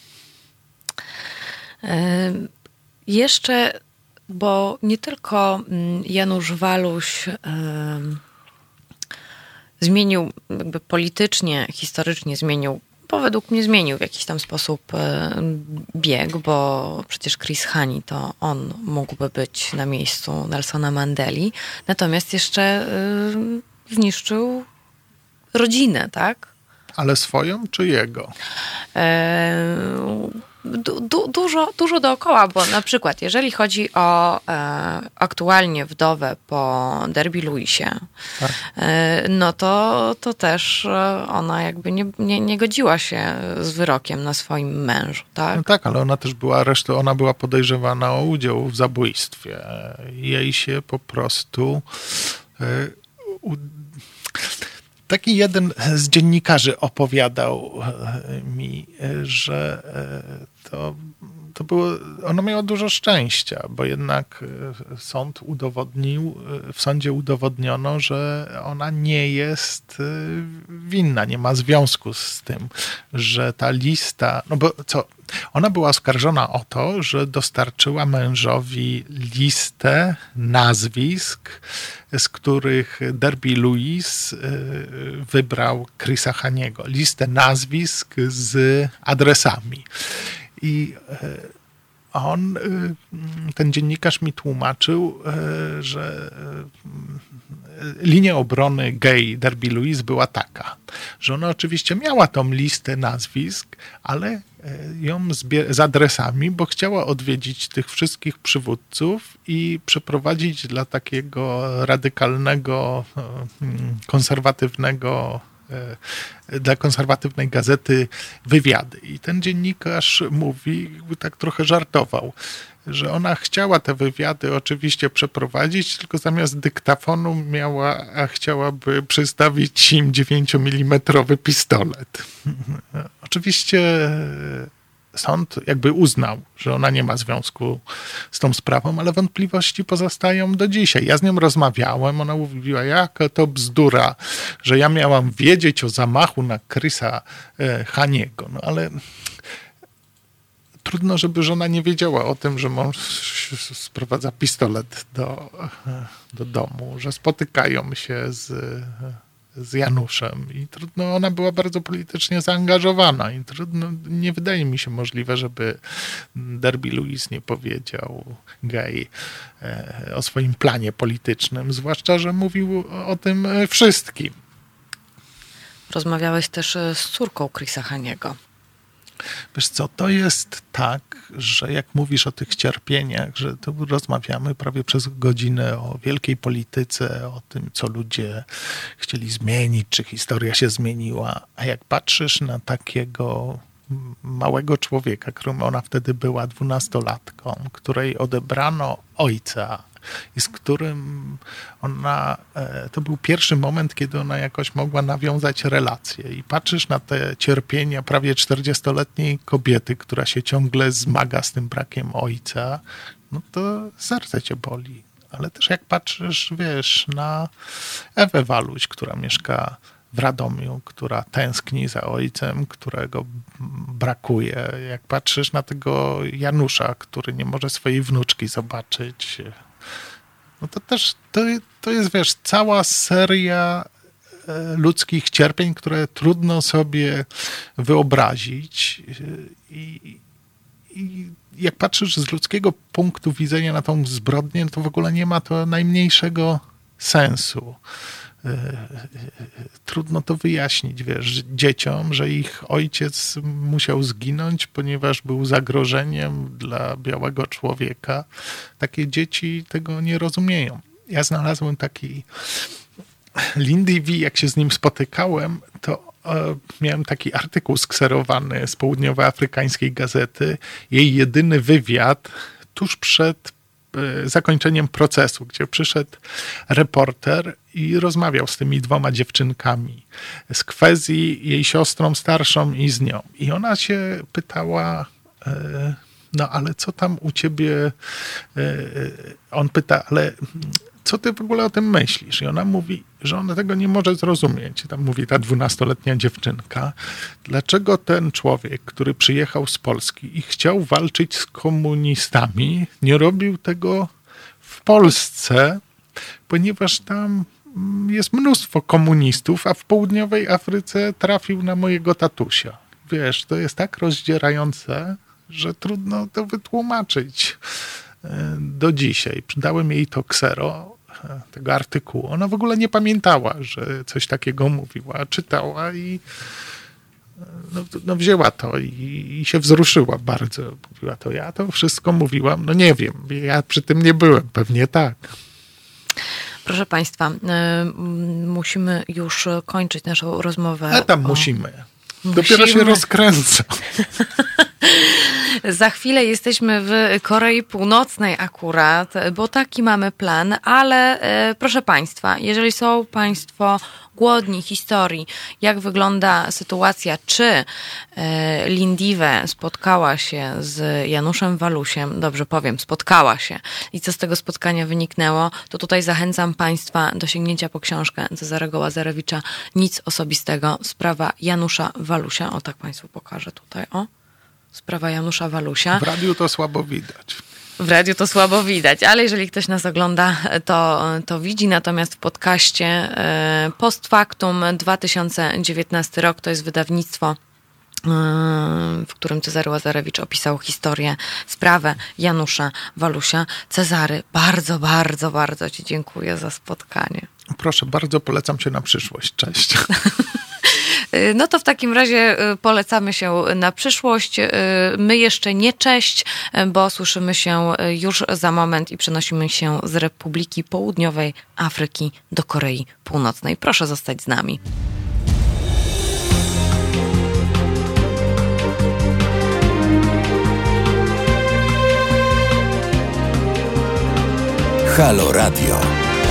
Jeszcze, bo nie tylko Janusz Waluś zmienił, jakby politycznie, historycznie zmienił, bo według mnie zmienił w jakiś tam sposób bieg, bo przecież Chris Hani to on mógłby być na miejscu Nelsona Mandeli, natomiast jeszcze zniszczył rodzinę, tak? Ale swoją czy jego? Dużo dookoła, bo na przykład jeżeli chodzi o aktualnie wdowę po Derby Louisie, tak. No to też ona jakby nie godziła się z wyrokiem na swoim mężu, tak? No tak, ale ona też była ona była podejrzewana o udział w zabójstwie. Jej się po prostu Taki jeden z dziennikarzy opowiadał mi, że to było, ona miała dużo szczęścia, bo jednak w sądzie udowodniono, że ona nie jest winna, nie ma związku z tym, że ta lista, no bo co, ona była oskarżona o to, że dostarczyła mężowi listę nazwisk, z których Derby Lewis wybrał Chrisa Haniego. Listę nazwisk z adresami. I ten dziennikarz mi tłumaczył, że linia obrony gay Derby Lewis była taka, że ona oczywiście miała tą listę nazwisk, ale ją z adresami, bo chciała odwiedzić tych wszystkich przywódców i przeprowadzić dla takiego radykalnego, dla konserwatywnej gazety wywiady. I ten dziennikarz mówi, jakby tak trochę żartował, że ona chciała te wywiady oczywiście przeprowadzić, tylko zamiast dyktafonu chciałaby przystawić im 9 mm pistolet. Oczywiście sąd jakby uznał, że ona nie ma związku z tą sprawą, ale wątpliwości pozostają do dzisiaj. Ja z nią rozmawiałem, ona mówiła, jaka to bzdura, że ja miałam wiedzieć o zamachu na Chrisa Haniego. No ale trudno, żeby żona nie wiedziała o tym, że mąż sprowadza pistolet do domu, że spotykają się z Januszem i trudno, ona była bardzo politycznie zaangażowana i trudno, nie wydaje mi się możliwe, żeby Derby Lewis nie powiedział gay o swoim planie politycznym, zwłaszcza, że mówił o tym wszystkim. Rozmawiałeś też z córką Chrisa Haniego. Wiesz co, to jest tak, że jak mówisz o tych cierpieniach, że tu rozmawiamy prawie przez godzinę o wielkiej polityce, o tym, co ludzie chcieli zmienić, czy historia się zmieniła, a jak patrzysz na takiego małego człowieka, którym ona wtedy była 12-latką, której odebrano ojca i z którym to był pierwszy moment, kiedy ona jakoś mogła nawiązać relacje i patrzysz na te cierpienia prawie 40-letniej kobiety, która się ciągle zmaga z tym brakiem ojca, no to serce cię boli. Ale też jak patrzysz, wiesz, na Ewę Waluś, która mieszka w Radomiu, która tęskni za ojcem, którego brakuje. Jak patrzysz na tego Janusza, który nie może swojej wnuczki zobaczyć, no to też to jest, wiesz, cała seria ludzkich cierpień, które trudno sobie wyobrazić. I jak patrzysz z ludzkiego punktu widzenia na tą zbrodnię, to w ogóle nie ma to najmniejszego sensu. Trudno to wyjaśnić, wiesz, dzieciom, że ich ojciec musiał zginąć, ponieważ był zagrożeniem dla białego człowieka. Takie dzieci tego nie rozumieją. Ja znalazłem taki Lindy V, jak się z nim spotykałem, to miałem taki artykuł skserowany z południowoafrykańskiej gazety. Jej jedyny wywiad tuż przed zakończeniem procesu, gdzie przyszedł reporter i rozmawiał z tymi 2 dziewczynkami, z Kwezji, jej siostrą starszą i z nią. I ona się pytała, no ale co tam u ciebie, on pyta, ale co ty w ogóle o tym myślisz? I ona mówi, że ona tego nie może zrozumieć. Tam mówi ta 12-letnia dziewczynka, dlaczego ten człowiek, który przyjechał z Polski i chciał walczyć z komunistami, nie robił tego w Polsce, ponieważ tam jest mnóstwo komunistów, a w południowej Afryce trafił na mojego tatusia. Wiesz, to jest tak rozdzierające, że trudno to wytłumaczyć do dzisiaj. Dałem jej to ksero tego artykułu. Ona w ogóle nie pamiętała, że coś takiego mówiła. Czytała i no wzięła to i się wzruszyła bardzo. Mówiła to, ja to wszystko mówiłam. No nie wiem, ja przy tym nie byłem. Pewnie tak. Proszę Państwa, musimy już kończyć naszą rozmowę. A tam musimy. Dopiero się rozkręca. Za chwilę jesteśmy w Korei Północnej akurat, bo taki mamy plan, ale proszę Państwa, jeżeli są Państwo głodni historii, jak wygląda sytuacja, czy Lindiwe spotkała się z Januszem Walusiem, dobrze powiem, spotkała się i co z tego spotkania wyniknęło, to tutaj zachęcam Państwa do sięgnięcia po książkę Cezarego Łazarewicza Nic osobistego, sprawa Janusza Walusia. O, tak Państwu pokażę tutaj, o. Sprawa Janusza Walusia. W radiu to słabo widać. W radiu to słabo widać, ale jeżeli ktoś nas ogląda, to widzi. Natomiast w podcaście Post Factum 2019 rok to jest wydawnictwo, w którym Cezary Łazarewicz opisał historię, sprawę Janusza Walusia. Cezary, bardzo, bardzo, bardzo Ci dziękuję za spotkanie. Proszę, bardzo polecam Cię na przyszłość. Cześć. No to w takim razie polecamy się na przyszłość. My jeszcze nie cześć, bo słyszymy się już za moment i przenosimy się z Republiki Południowej Afryki do Korei Północnej. Proszę zostać z nami. Halo Radio.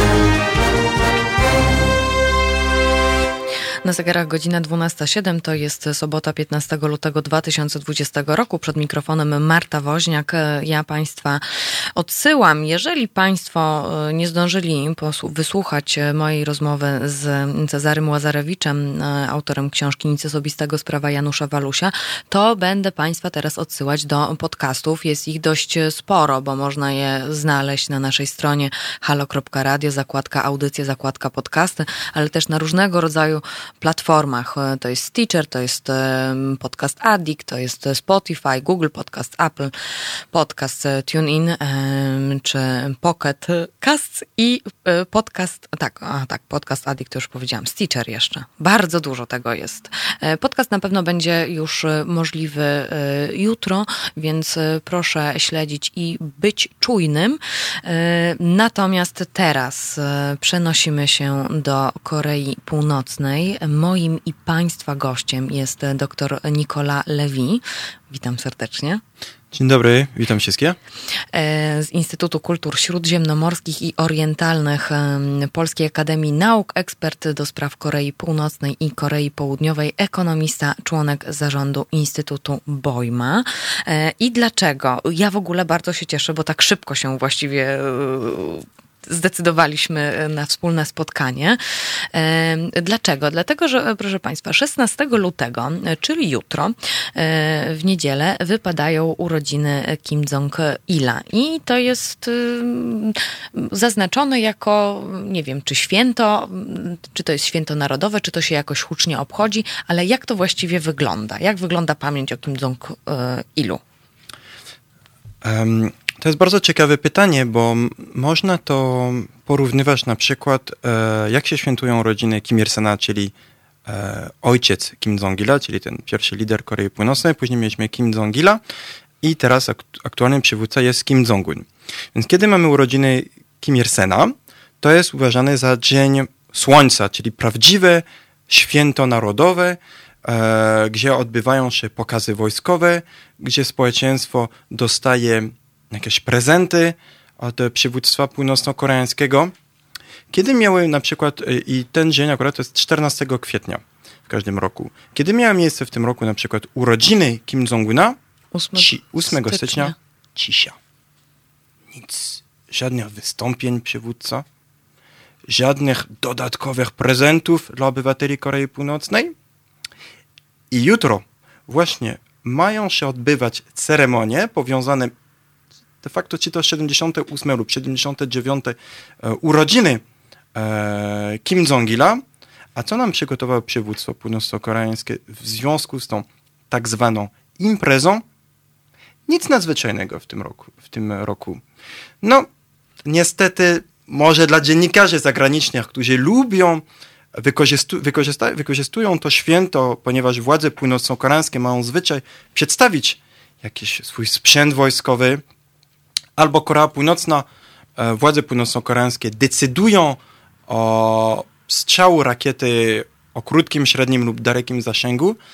Na zegarach godzina 12:07, to jest sobota 15 lutego 2020 roku. Przed mikrofonem Marta Woźniak. Ja Państwa odsyłam. Jeżeli Państwo nie zdążyli wysłuchać mojej rozmowy z Cezarym Łazarewiczem, autorem książki Nic osobistego, sprawa Janusza Walusia, to będę Państwa teraz odsyłać do podcastów. Jest ich dość sporo, bo można je znaleźć na naszej stronie halo.radio, zakładka audycje, zakładka podcasty, ale też na różnego rodzaju platformach. To jest Stitcher, to jest Podcast Addict, to jest Spotify, Google Podcast, Apple Podcast, TuneIn czy Pocket Casts i podcast, Podcast Addict to już powiedziałam, Stitcher jeszcze. Bardzo dużo tego jest. Podcast na pewno będzie już możliwy jutro, więc proszę śledzić i być czujnym. Natomiast teraz przenosimy się do Korei Północnej. Moim i Państwa gościem jest dr Nicolas Levy. Witam serdecznie. Dzień dobry, witam wszystkich. Z Instytutu Kultur Śródziemnomorskich i Orientalnych Polskiej Akademii Nauk, ekspert do spraw Korei Północnej i Korei Południowej, ekonomista, członek zarządu Instytutu Bojma. I dlaczego? Ja w ogóle bardzo się cieszę, bo tak szybko się właściwie zdecydowaliśmy na wspólne spotkanie. Dlaczego? Dlatego, że proszę Państwa, 16 lutego, czyli jutro, w niedzielę wypadają urodziny Kim Jong-ila. I to jest zaznaczone jako, nie wiem, czy święto, czy to jest święto narodowe, czy to się jakoś hucznie obchodzi, ale jak to właściwie wygląda? Jak wygląda pamięć o Kim Jong-ilu? To jest bardzo ciekawe pytanie, bo można to porównywać na przykład, jak się świętują urodziny Kim Il-sena, czyli ojciec Kim Jong-ila, czyli ten pierwszy lider Korei Północnej. Później mieliśmy Kim Jong-ila i teraz aktualnym przywódca jest Kim Jong-un. Więc kiedy mamy urodziny Kim Il-sena, to jest uważane za Dzień Słońca, czyli prawdziwe święto narodowe, gdzie odbywają się pokazy wojskowe, gdzie społeczeństwo dostaje jakieś prezenty od przywództwa północno-koreańskiego. Kiedy miały na przykład, i ten dzień akurat to jest 14 kwietnia w każdym roku, kiedy miały miejsce w tym roku na przykład urodziny Kim Jong-una, 8 stycznia cisza. Nic, żadnych wystąpień przywódca, żadnych dodatkowych prezentów dla obywateli Korei Północnej. I jutro właśnie mają się odbywać ceremonie powiązane de facto czy to 78 lub 79 urodziny Kim Jong-ila. A co nam przygotowało przywództwo północno-koreańskie w związku z tą tak zwaną imprezą? Nic nadzwyczajnego w tym roku. No, niestety, może dla dziennikarzy zagranicznych, którzy lubią, wykorzystują to święto, ponieważ władze północno-koreańskie mają zwyczaj przedstawić jakiś swój sprzęt wojskowy, albo Korea Północna, władze północno-koreańskie decydują o strzału rakiety o krótkim, średnim lub dalekim zasięgu,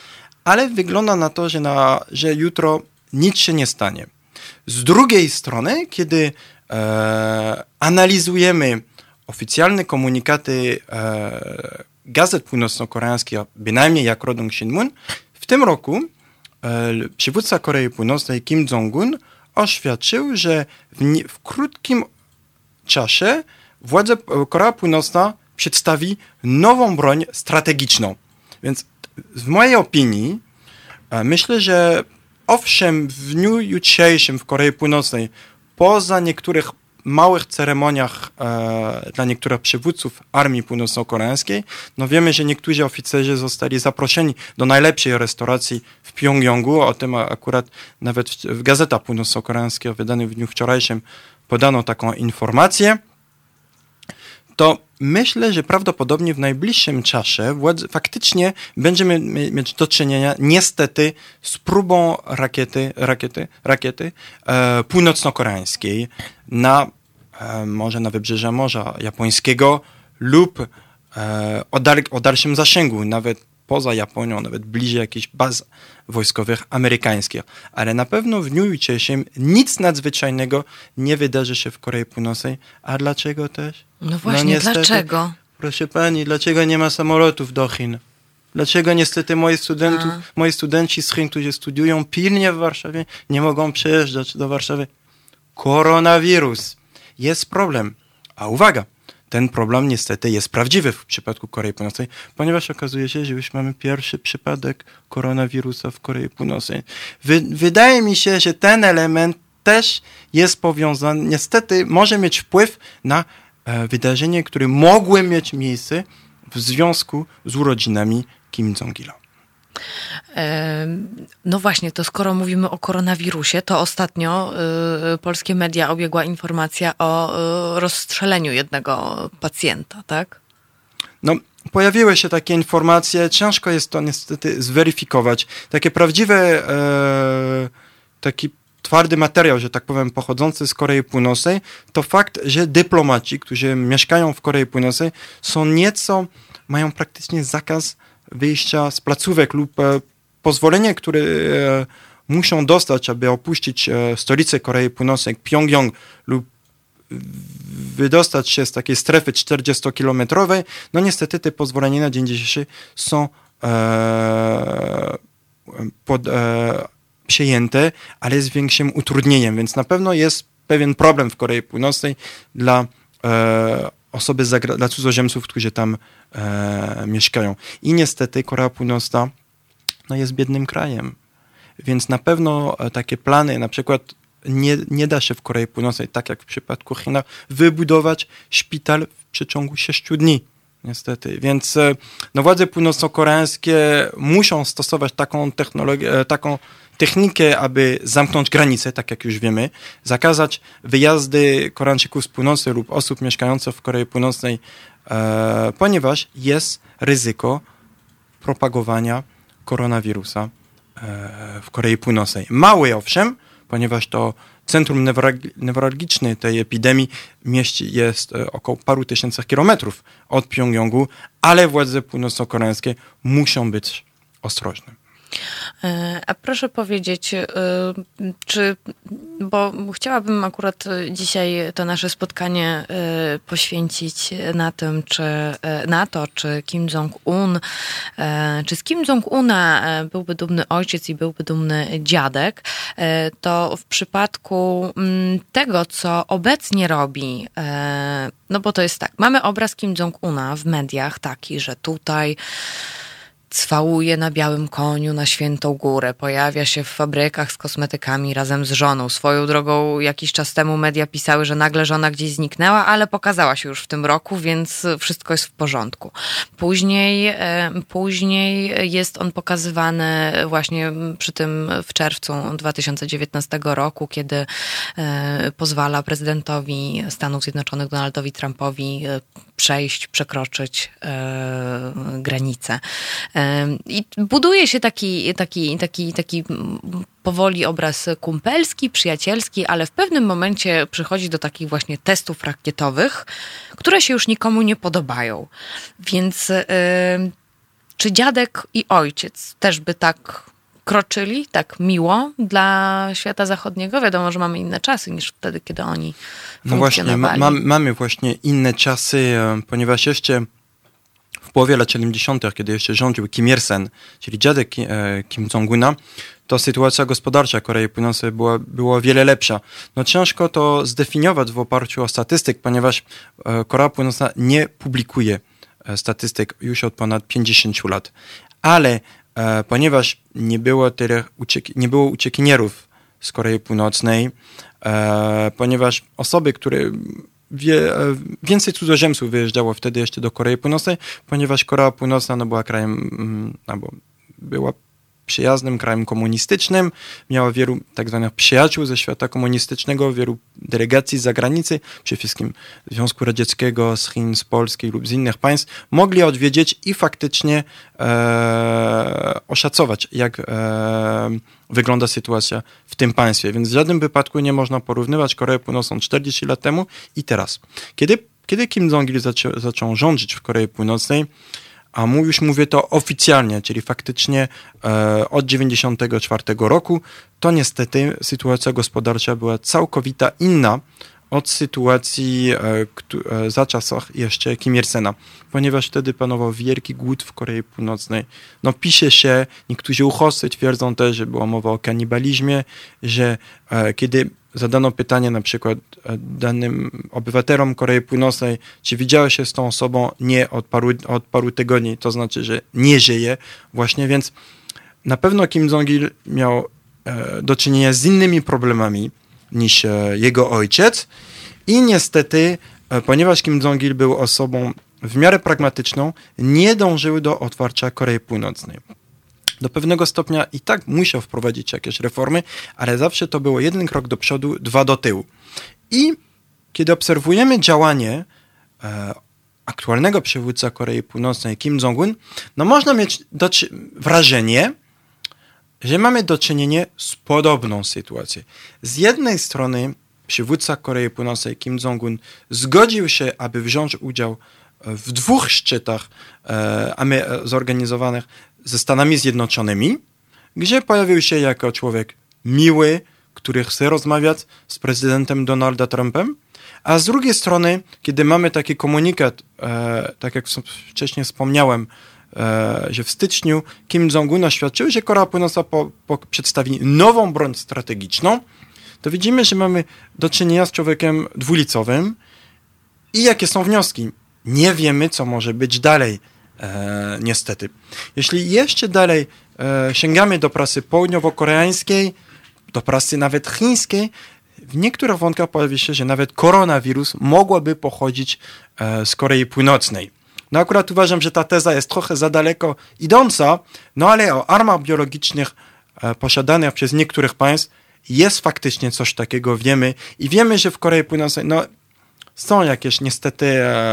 ale wygląda na to, że jutro nic się nie stanie. Z drugiej strony, kiedy analizujemy oficjalne komunikaty gazet północno-koreańskich, bynajmniej jak Rodong Sinmun, w tym roku przywódca Korei Północnej Kim Jong-un oświadczył, że w krótkim czasie Korea Północna przedstawi nową broń strategiczną. Więc w mojej opinii myślę, że owszem, w dniu jutrzejszym w Korei Północnej, poza niektórych małych ceremoniach dla niektórych przywódców armii północno-koreańskiej, no wiemy, że niektórzy oficerzy zostali zaproszeni do najlepszej restauracji w Pjongjangu. O tym akurat nawet w Gazeta Północno-Koreańska wydanej w dniu wczorajszym podano taką informację. To myślę, że prawdopodobnie w najbliższym czasie faktycznie będziemy mieć do czynienia niestety z próbą rakiety północno-koreańskiej może na wybrzeża Morza Japońskiego lub o dalszym zasięgu, nawet poza Japonią, nawet bliżej jakichś baz wojskowych amerykańskich. Ale na pewno w dniu jutrzejszym nic nadzwyczajnego nie wydarzy się w Korei Północnej. A dlaczego też? No właśnie, niestety, dlaczego? Proszę pani, dlaczego nie ma samolotów do Chin? Dlaczego niestety moi studenci z Chin, którzy studiują pilnie w Warszawie, nie mogą przyjeżdżać do Warszawy? Koronawirus. Jest problem. A uwaga, ten problem niestety jest prawdziwy w przypadku Korei Północnej, ponieważ okazuje się, że już mamy pierwszy przypadek koronawirusa w Korei Północnej. Wydaje mi się, że ten element też jest powiązany, niestety może mieć wpływ na wydarzenie, które mogły mieć miejsce w związku z urodzinami Kim Jong-ila. No właśnie, to skoro mówimy o koronawirusie, to ostatnio polskie media obiegła informacja o rozstrzeleniu jednego pacjenta, tak? No, pojawiły się takie informacje, ciężko jest to niestety zweryfikować. Takie prawdziwe, taki twardy materiał, że tak powiem, pochodzący z Korei Północnej, to fakt, że dyplomaci, którzy mieszkają w Korei Północnej, mają praktycznie zakaz wyjścia z placówek lub pozwolenie, które muszą dostać, aby opuścić stolicę Korei Północnej, Pjongjang, lub wydostać się z takiej strefy 40-kilometrowej. No niestety te pozwolenia na dzień dzisiejszy są przyjęte, ale z większym utrudnieniem, więc na pewno jest pewien problem w Korei Północnej dla dla cudzoziemców, którzy tam mieszkają. I niestety Korea Północna jest biednym krajem, więc na pewno takie plany, na przykład nie da się w Korei Północnej, tak jak w przypadku Chin, wybudować szpital w przeciągu 6 dni. Niestety. Więc władze północno-koreańskie muszą stosować taką technikę, aby zamknąć granice, tak jak już wiemy, zakazać wyjazdy Koreańczyków z północy lub osób mieszkających w Korei Północnej, ponieważ jest ryzyko propagowania koronawirusa w Korei Północnej. Mały owszem, ponieważ to centrum newralgiczne tej epidemii jest około paru tysięcy kilometrów od Pjongjangu, ale władze północno-koreańskie muszą być ostrożne. A proszę powiedzieć, bo chciałabym akurat dzisiaj to nasze spotkanie poświęcić na to, czy Kim Jong-un, czy z Kim Jong-una byłby dumny ojciec i byłby dumny dziadek, to w przypadku tego, co obecnie robi, no bo to jest tak, mamy obraz Kim Jong-una w mediach taki, że tutaj cwałuje na białym koniu na Świętą Górę, pojawia się w fabrykach z kosmetykami razem z żoną. Swoją drogą jakiś czas temu media pisały, że nagle żona gdzieś zniknęła, ale pokazała się już w tym roku, więc wszystko jest w porządku. Później jest on pokazywany właśnie przy tym w czerwcu 2019 roku, kiedy pozwala prezydentowi Stanów Zjednoczonych Donaldowi Trumpowi przekroczyć granicę. I buduje się taki powoli obraz kumpelski, przyjacielski, ale w pewnym momencie przychodzi do takich właśnie testów rakietowych, które się już nikomu nie podobają. Więc czy dziadek i ojciec też by tak kroczyli, tak miło dla świata zachodniego? Wiadomo, że mamy inne czasy niż wtedy, kiedy oni funkcjonowali. No właśnie, mamy właśnie inne czasy, ponieważ jeszcze w połowie lat 70., kiedy jeszcze rządził Kim Il-sen, czyli dziadek Kim Jong-una, to sytuacja gospodarcza Korei Północnej była o wiele lepsza. No ciężko to zdefiniować w oparciu o statystyk, ponieważ Korea Północna nie publikuje statystyk już od ponad 50 lat. Ale ponieważ nie było uciekinierów z Korei Północnej, ponieważ osoby, które więcej cudzoziemców wyjeżdżało wtedy jeszcze do Korei Północnej, ponieważ Korea Północna była krajem, była przyjaznym krajem komunistycznym, miała wielu tak zwanych przyjaciół ze świata komunistycznego, wielu delegacji z zagranicy, przede wszystkim Związku Radzieckiego, z Chin, z Polski lub z innych państw, mogli odwiedzić i faktycznie oszacować, jak wygląda sytuacja w tym państwie. Więc w żadnym wypadku nie można porównywać Koreę Północną 40 lat temu i teraz. Kiedy Kim Jong-il zaczął rządzić w Korei Północnej, a już mówię to oficjalnie, czyli faktycznie od 1994 roku, to niestety sytuacja gospodarcza była całkowita inna od sytuacji za czasach jeszcze Kim Il-sena, ponieważ wtedy panował wielki głód w Korei Północnej. No pisze się, niektórzy uchodźcy twierdzą też, że była mowa o kanibalizmie, że kiedy zadano pytanie na przykład danym obywatelom Korei Północnej, czy widziała się z tą osobą nie od paru tygodni, to znaczy, że nie żyje właśnie, więc na pewno Kim Jong-il miał do czynienia z innymi problemami niż jego ojciec i niestety, ponieważ Kim Jong-il był osobą w miarę pragmatyczną, nie dążył do otwarcia Korei Północnej. Do pewnego stopnia i tak musiał wprowadzić jakieś reformy, ale zawsze to było jeden krok do przodu, dwa do tyłu. I kiedy obserwujemy działanie aktualnego przywódcy Korei Północnej, Kim Jong-un, no można mieć wrażenie, że mamy do czynienia z podobną sytuacją. Z jednej strony przywódca Korei Północnej, Kim Jong-un, zgodził się, aby wziąć udział w 2 szczytach zorganizowanych ze Stanami Zjednoczonymi, gdzie pojawił się jako człowiek miły, który chce rozmawiać z prezydentem Donaldem Trumpem, a z drugiej strony, kiedy mamy taki komunikat, tak jak wcześniej wspomniałem, że w styczniu Kim Jong-un oświadczył, że Korea Północna przedstawi nową broń strategiczną, to widzimy, że mamy do czynienia z człowiekiem dwulicowym i jakie są wnioski. Nie wiemy, co może być dalej, niestety. Jeśli jeszcze dalej sięgamy do prasy południowo-koreańskiej, do prasy nawet chińskiej, w niektórych wątkach pojawi się, że nawet koronawirus mogłaby pochodzić z Korei Północnej. No akurat uważam, że ta teza jest trochę za daleko idąca, no ale o armach biologicznych posiadanych przez niektórych państw jest faktycznie coś takiego, wiemy. I wiemy, że w Korei Północnej są jakieś niestety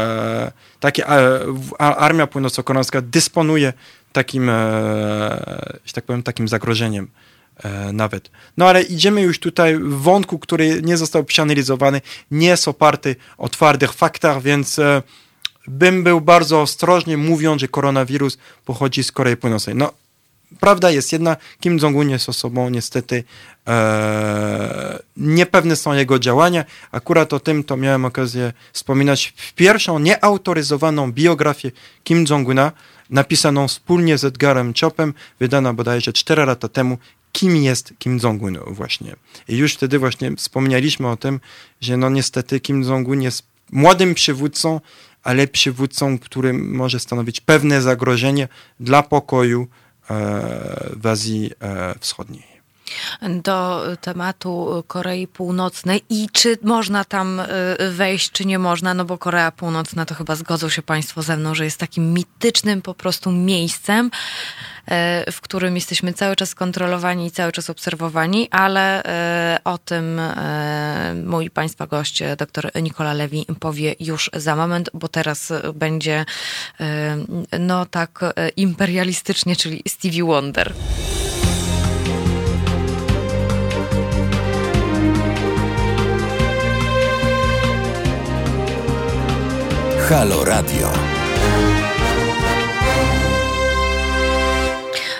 takie armia północno-koreańska dysponuje takim, że tak powiem, takim zagrożeniem nawet. No ale idziemy już tutaj w wątku, który nie został przeanalizowany, nie jest oparty o twardych faktach, więc bym był bardzo ostrożny, mówiąc, że koronawirus pochodzi z Korei Północnej. No, prawda jest jedna, Kim Jong-un jest osobą niestety niepewne są jego działania. Akurat o tym to miałem okazję wspominać w pierwszą nieautoryzowaną biografię Kim Jong-una, napisaną wspólnie z Edgarem Chopem, wydana bodajże 4 lata temu, kim jest Kim Jong-un właśnie. I już wtedy właśnie wspomnieliśmy o tym, że no niestety Kim Jong-un jest młodym przywódcą, ale przywódcą, który może stanowić pewne zagrożenie dla pokoju w Azji Wschodniej. Do tematu Korei Północnej i czy można tam wejść, czy nie można, no bo Korea Północna to chyba zgodzą się Państwo ze mną, że jest takim mitycznym po prostu miejscem, w którym jesteśmy cały czas kontrolowani i cały czas obserwowani, ale o tym mój Państwa gość, dr Nicola Levy, powie już za moment, bo teraz będzie no tak imperialistycznie, czyli Stevie Wonder. Halo Radio.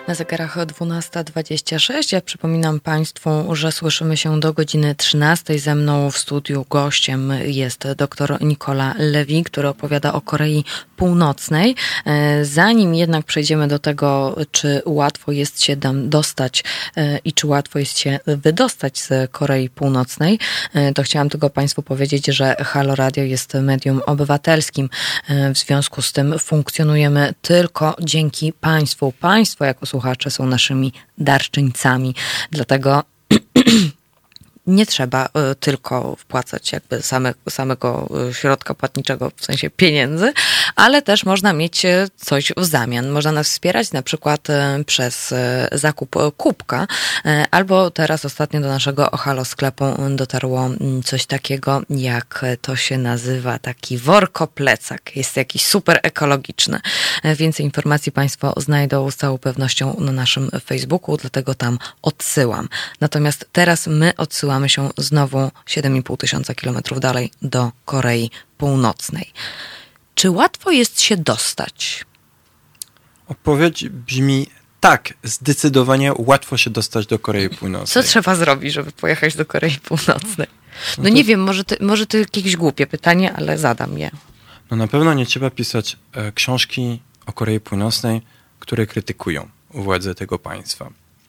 Na zegarach 12:26. Ja przypominam Państwu, że słyszymy się do godziny 13. Ze mną w studiu gościem jest dr Nicolas Lévy, który opowiada o Korei Północnej. Zanim jednak przejdziemy do tego, czy łatwo jest się tam dostać i czy łatwo jest się wydostać z Korei Północnej, to chciałam tylko Państwu powiedzieć, że Halo Radio jest medium obywatelskim. W związku z tym funkcjonujemy tylko dzięki Państwu. Państwo jako słuchacze są naszymi darczyńcami. Dlatego nie trzeba tylko wpłacać jakby samego środka płatniczego, w sensie pieniędzy, ale też można mieć coś w zamian. Można nas wspierać na przykład przez zakup kubka, albo teraz ostatnio do naszego Halo sklepu dotarło coś takiego, jak to się nazywa, taki workoplecak. Jest jakiś super ekologiczny. Więcej informacji Państwo znajdą z całą pewnością na naszym Facebooku, dlatego tam odsyłam. Natomiast teraz my odsyłamy się znowu 7,5 tysiąca kilometrów dalej do Korei Północnej. Czy łatwo jest się dostać? Odpowiedź brzmi tak, zdecydowanie łatwo się dostać do Korei Północnej. Co trzeba zrobić, żeby pojechać do Korei Północnej? No nie wiem, może to jakieś głupie pytanie, ale zadam je. No na pewno nie trzeba pisać książki o Korei Północnej, które krytykują władze tego państwa.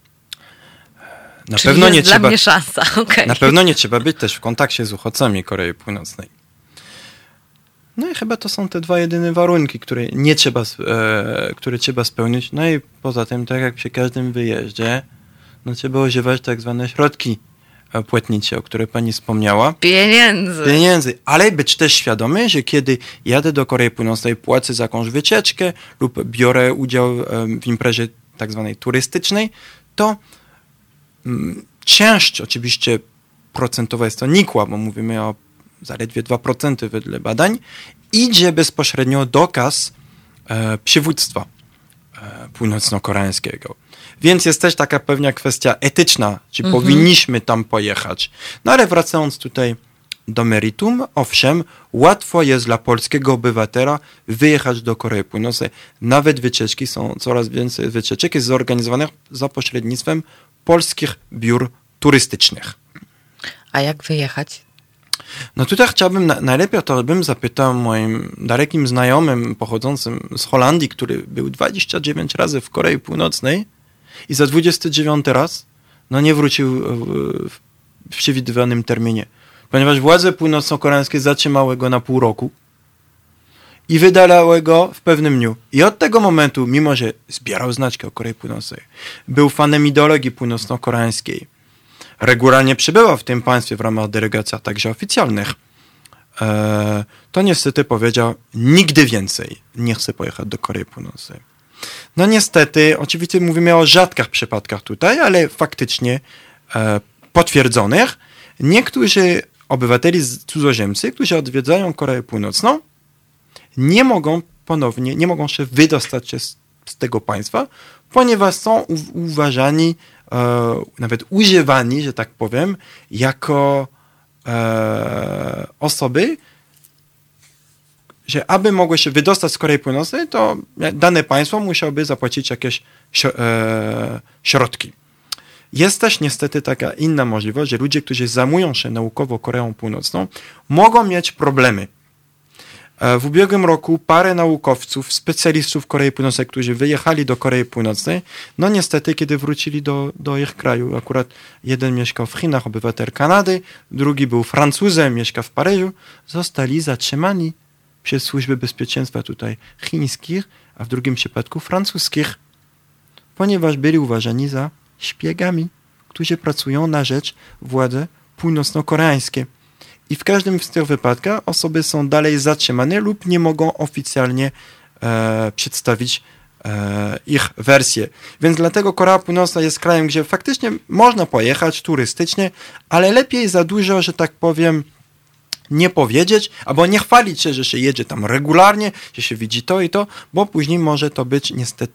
Czyli pewno jest nie dla mnie szansa. Okay. Na pewno nie trzeba być też w kontakcie z uchodźcami Korei Północnej. No i chyba to są te dwa jedyne warunki, które trzeba spełnić. No i poza tym, tak jak przy każdym wyjeździe, no trzeba używać tak zwane środki płatnicze, o które pani wspomniała. Pieniędzy. Ale być też świadomy, że kiedy jadę do Korei Północnej, płacę za jakąś wycieczkę lub biorę udział w imprezie tak zwanej turystycznej, to część oczywiście procentowa jest to nikła, bo mówimy o zaledwie 2% wedle badań, idzie bezpośrednio do kas przywództwa północno-koreańskiego. Więc jest też taka pewna kwestia etyczna, czy powinniśmy tam pojechać. No ale wracając tutaj do meritum, owszem, łatwo jest dla polskiego obywatela wyjechać do Korei Północnej. Nawet wycieczki są, coraz więcej wycieczek jest zorganizowanych za pośrednictwem polskich biur turystycznych. A jak wyjechać? No tutaj chciałbym, najlepiej to bym zapytał moim dalekim znajomym pochodzącym z Holandii, który był 29 razy w Korei Północnej i za 29 raz nie wrócił w przewidywanym terminie, ponieważ władze północno-koreańskie zatrzymały go na pół roku i wydalały go w pewnym dniu. I od tego momentu, mimo że zbierał znaczkę o Korei Północnej, był fanem ideologii północno-koreańskiej, regularnie przybywał w tym państwie w ramach delegacji także oficjalnych, to niestety powiedział, nigdy więcej nie chcę pojechać do Korei Północnej. No niestety, oczywiście mówimy o rzadkich przypadkach tutaj, ale faktycznie potwierdzonych, niektórzy obywateli cudzoziemcy, którzy odwiedzają Koreę Północną, nie mogą się wydostać z tego państwa, ponieważ są uważani, nawet używani, że tak powiem, jako osoby, że aby mogły się wydostać z Korei Północnej, to dane państwo musiałoby zapłacić jakieś środki. Jest też niestety taka inna możliwość, że ludzie, którzy zajmują się naukowo Koreą Północną, mogą mieć problemy. W ubiegłym roku parę naukowców, specjalistów Korei Północnej, którzy wyjechali do Korei Północnej, no niestety, kiedy wrócili do ich kraju, akurat jeden mieszkał w Chinach, obywatel Kanady, drugi był Francuzem, mieszka w Paryżu, zostali zatrzymani przez służby bezpieczeństwa tutaj chińskich, a w drugim przypadku francuskich, ponieważ byli uważani za szpiegami, którzy pracują na rzecz władzy północno-koreańskiej. I w każdym z tych wypadkach osoby są dalej zatrzymane lub nie mogą oficjalnie przedstawić ich wersję. Więc dlatego Korea Północna jest krajem, gdzie faktycznie można pojechać turystycznie, ale lepiej za dużo, że tak powiem, nie powiedzieć, albo nie chwalić się, że się jedzie tam regularnie, że się widzi to i to, bo później może to być niestety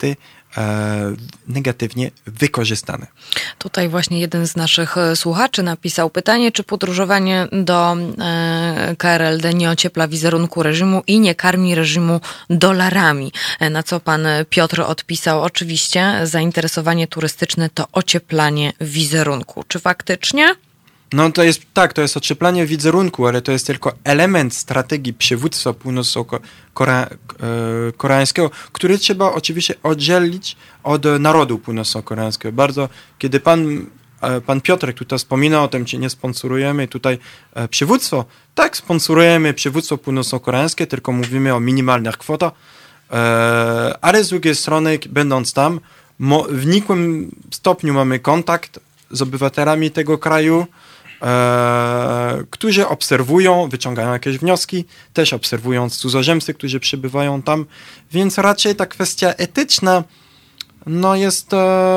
negatywnie wykorzystane. Tutaj właśnie jeden z naszych słuchaczy napisał pytanie, czy podróżowanie do KRLD nie ociepla wizerunku reżimu i nie karmi reżimu dolarami. Na co pan Piotr odpisał, oczywiście zainteresowanie turystyczne to ocieplanie wizerunku. Czy faktycznie? No to jest ocieplanie wizerunku, ale to jest tylko element strategii przywództwa północno-koreańskiego, który trzeba oczywiście oddzielić od narodu północno-koreańskiego. Bardzo, kiedy pan Piotrek tutaj wspomina o tym, czy nie sponsorujemy tutaj przywództwo, tak, sponsorujemy przywództwo północno-koreańskie, tylko mówimy o minimalnych kwotach, ale z drugiej strony, będąc tam, w nikłym stopniu mamy kontakt z obywatelami tego kraju, którzy obserwują, wyciągają jakieś wnioski, też obserwując cudzoziemcy, którzy przybywają tam, więc raczej ta kwestia etyczna jest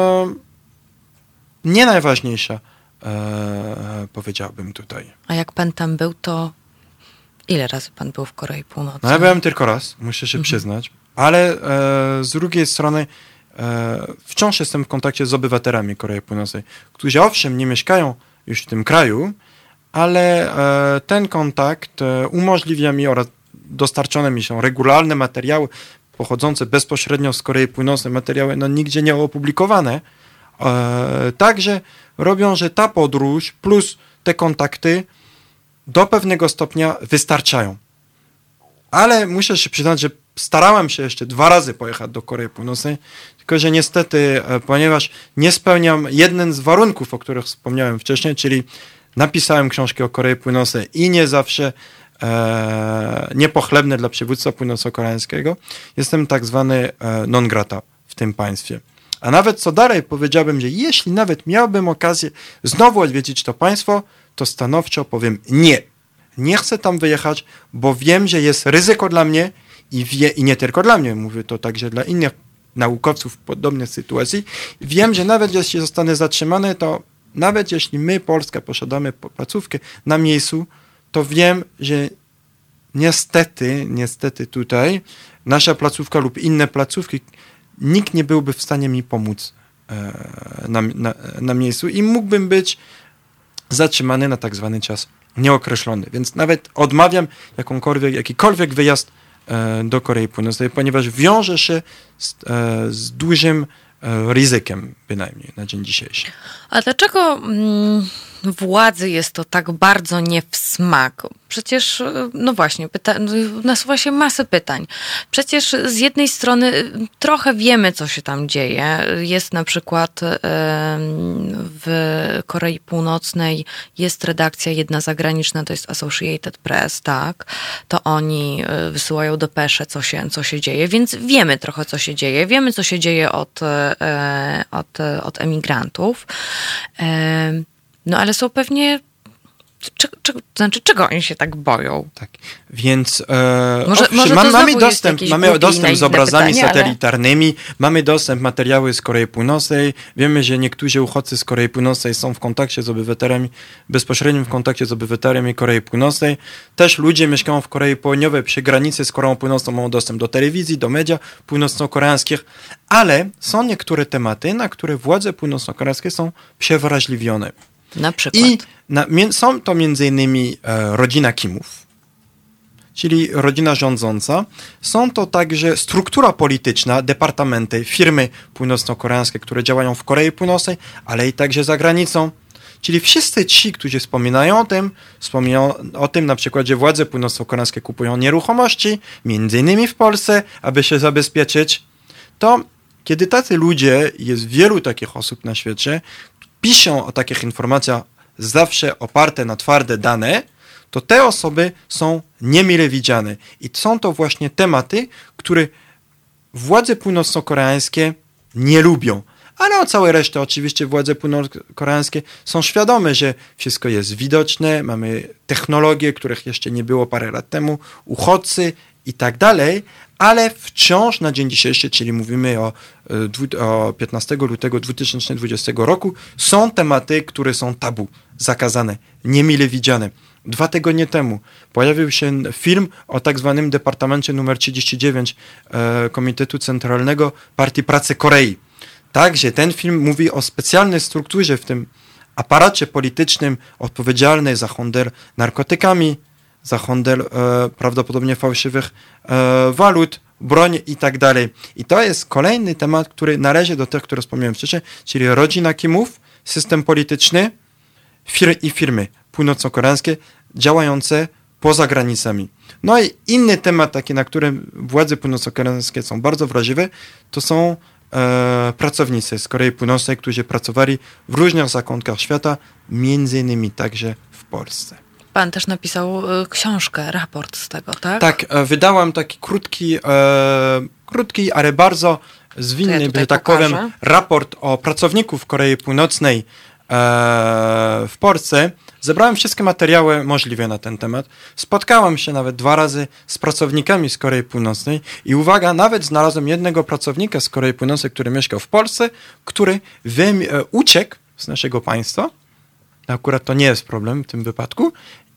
nie najważniejsza, powiedziałbym tutaj. A jak pan tam był, to ile razy pan był w Korei Północnej? No ja byłem tylko raz, muszę się przyznać, ale z drugiej strony wciąż jestem w kontakcie z obywatelami Korei Północnej, którzy owszem nie mieszkają już w tym kraju, ale ten kontakt umożliwia mi oraz dostarczone mi są regularne materiały pochodzące bezpośrednio z Korei Północnej, materiały nigdzie nie opublikowane, także robią, że ta podróż plus te kontakty do pewnego stopnia wystarczają. Ale muszę się przyznać, że starałem się jeszcze 2 razy pojechać do Korei Północnej, tylko że niestety, ponieważ nie spełniam jeden z warunków, o których wspomniałem wcześniej, czyli napisałem książkę o Korei Północnej i nie zawsze niepochlebne dla przywództwa północno-koreańskiego, jestem tak zwany non grata w tym państwie. A nawet co dalej, powiedziałbym, że jeśli nawet miałbym okazję znowu odwiedzić to państwo, to stanowczo powiem nie. Nie chcę tam wyjechać, bo wiem, że jest ryzyko dla mnie i nie tylko dla mnie, mówię to także dla innych naukowców w podobnej sytuacji. Wiem, że nawet jeśli zostanę zatrzymany, to nawet jeśli my, Polska, posiadamy placówkę na miejscu, to wiem, że niestety tutaj nasza placówka lub inne placówki, nikt nie byłby w stanie mi pomóc na miejscu i mógłbym być zatrzymany na tak zwany czas nieokreślony. Więc nawet odmawiam jakikolwiek wyjazd do Korei Północnej, ponieważ wiąże się z dużym ryzykiem bynajmniej na dzień dzisiejszy. A dlaczego władzy jest to tak bardzo nie w smak? Przecież, no właśnie, nasuwa się masę pytań. Przecież z jednej strony trochę wiemy, co się tam dzieje. Jest na przykład w Korei Północnej jest redakcja jedna zagraniczna, to jest Associated Press, tak? To oni wysyłają depesze, co się dzieje, więc wiemy trochę, co się dzieje. Wiemy, co się dzieje od emigrantów. No ale są pewnie... Czego oni się tak boją? Tak, więc może mamy dostęp z obrazami pytanie, satelitarnymi, mamy dostęp materiały z Korei Północnej, wiemy, że niektórzy uchodźcy z Korei Północnej są w kontakcie z obywatelami, bezpośrednim w kontakcie z obywatelami Korei Północnej. Też ludzie mieszkają w Korei Południowej przy granicy z Koreą Północną, mają dostęp do telewizji, do media północno-koreańskich, ale są niektóre tematy, na które władze północno-koreańskie są przewrażliwione. Na przykład? I są to między innymi rodzina Kimów, czyli rodzina rządząca. Są to także struktura polityczna, departamenty, firmy północno-koreańskie, które działają w Korei Północnej, ale i także za granicą. Czyli wszyscy ci, którzy wspominają o tym na przykład, że władze północno-koreańskie kupują nieruchomości, między innymi w Polsce, aby się zabezpieczyć, to kiedy tacy ludzie, jest wielu takich osób na świecie, piszą o takich informacjach zawsze oparte na twarde dane, to te osoby są niemile widziane. I są to właśnie tematy, które władze północno-koreańskie nie lubią. Ale o całej reszcie oczywiście władze północno-koreańskie są świadome, że wszystko jest widoczne, mamy technologie, których jeszcze nie było parę lat temu, uchodźcy i tak dalej, ale wciąż na dzień dzisiejszy, czyli mówimy o 15 lutego 2020 roku, są tematy, które są tabu, zakazane, niemile widziane. 2 tygodnie temu pojawił się film o tak zwanym Departamencie numer 39 Komitetu Centralnego Partii Pracy Korei. Także ten film mówi o specjalnej strukturze w tym aparacie politycznym odpowiedzialnej za handel narkotykami, za handel prawdopodobnie fałszywych walut, broń i tak dalej. I to jest kolejny temat, który należy do tych, które wspomniałem wcześniej, czyli rodzina Kimów, system polityczny i firmy północno-koreańskie działające poza granicami. No i inny temat taki, na którym władze północno-koreańskie są bardzo wrażliwe, to są pracownicy z Korei Północnej, którzy pracowali w różnych zakątkach świata, między innymi także w Polsce. Pan też napisał książkę, raport z tego, tak? Tak, wydałam taki krótki, ale bardzo zwinny, że tak powiem, raport o pracowników Korei Północnej w Polsce. Zebrałem wszystkie materiały możliwe na ten temat. Spotkałem się nawet 2 razy z pracownikami z Korei Północnej i uwaga, nawet znalazłem jednego pracownika z Korei Północnej, który mieszkał w Polsce, który uciekł z naszego państwa. Akurat to nie jest problem w tym wypadku.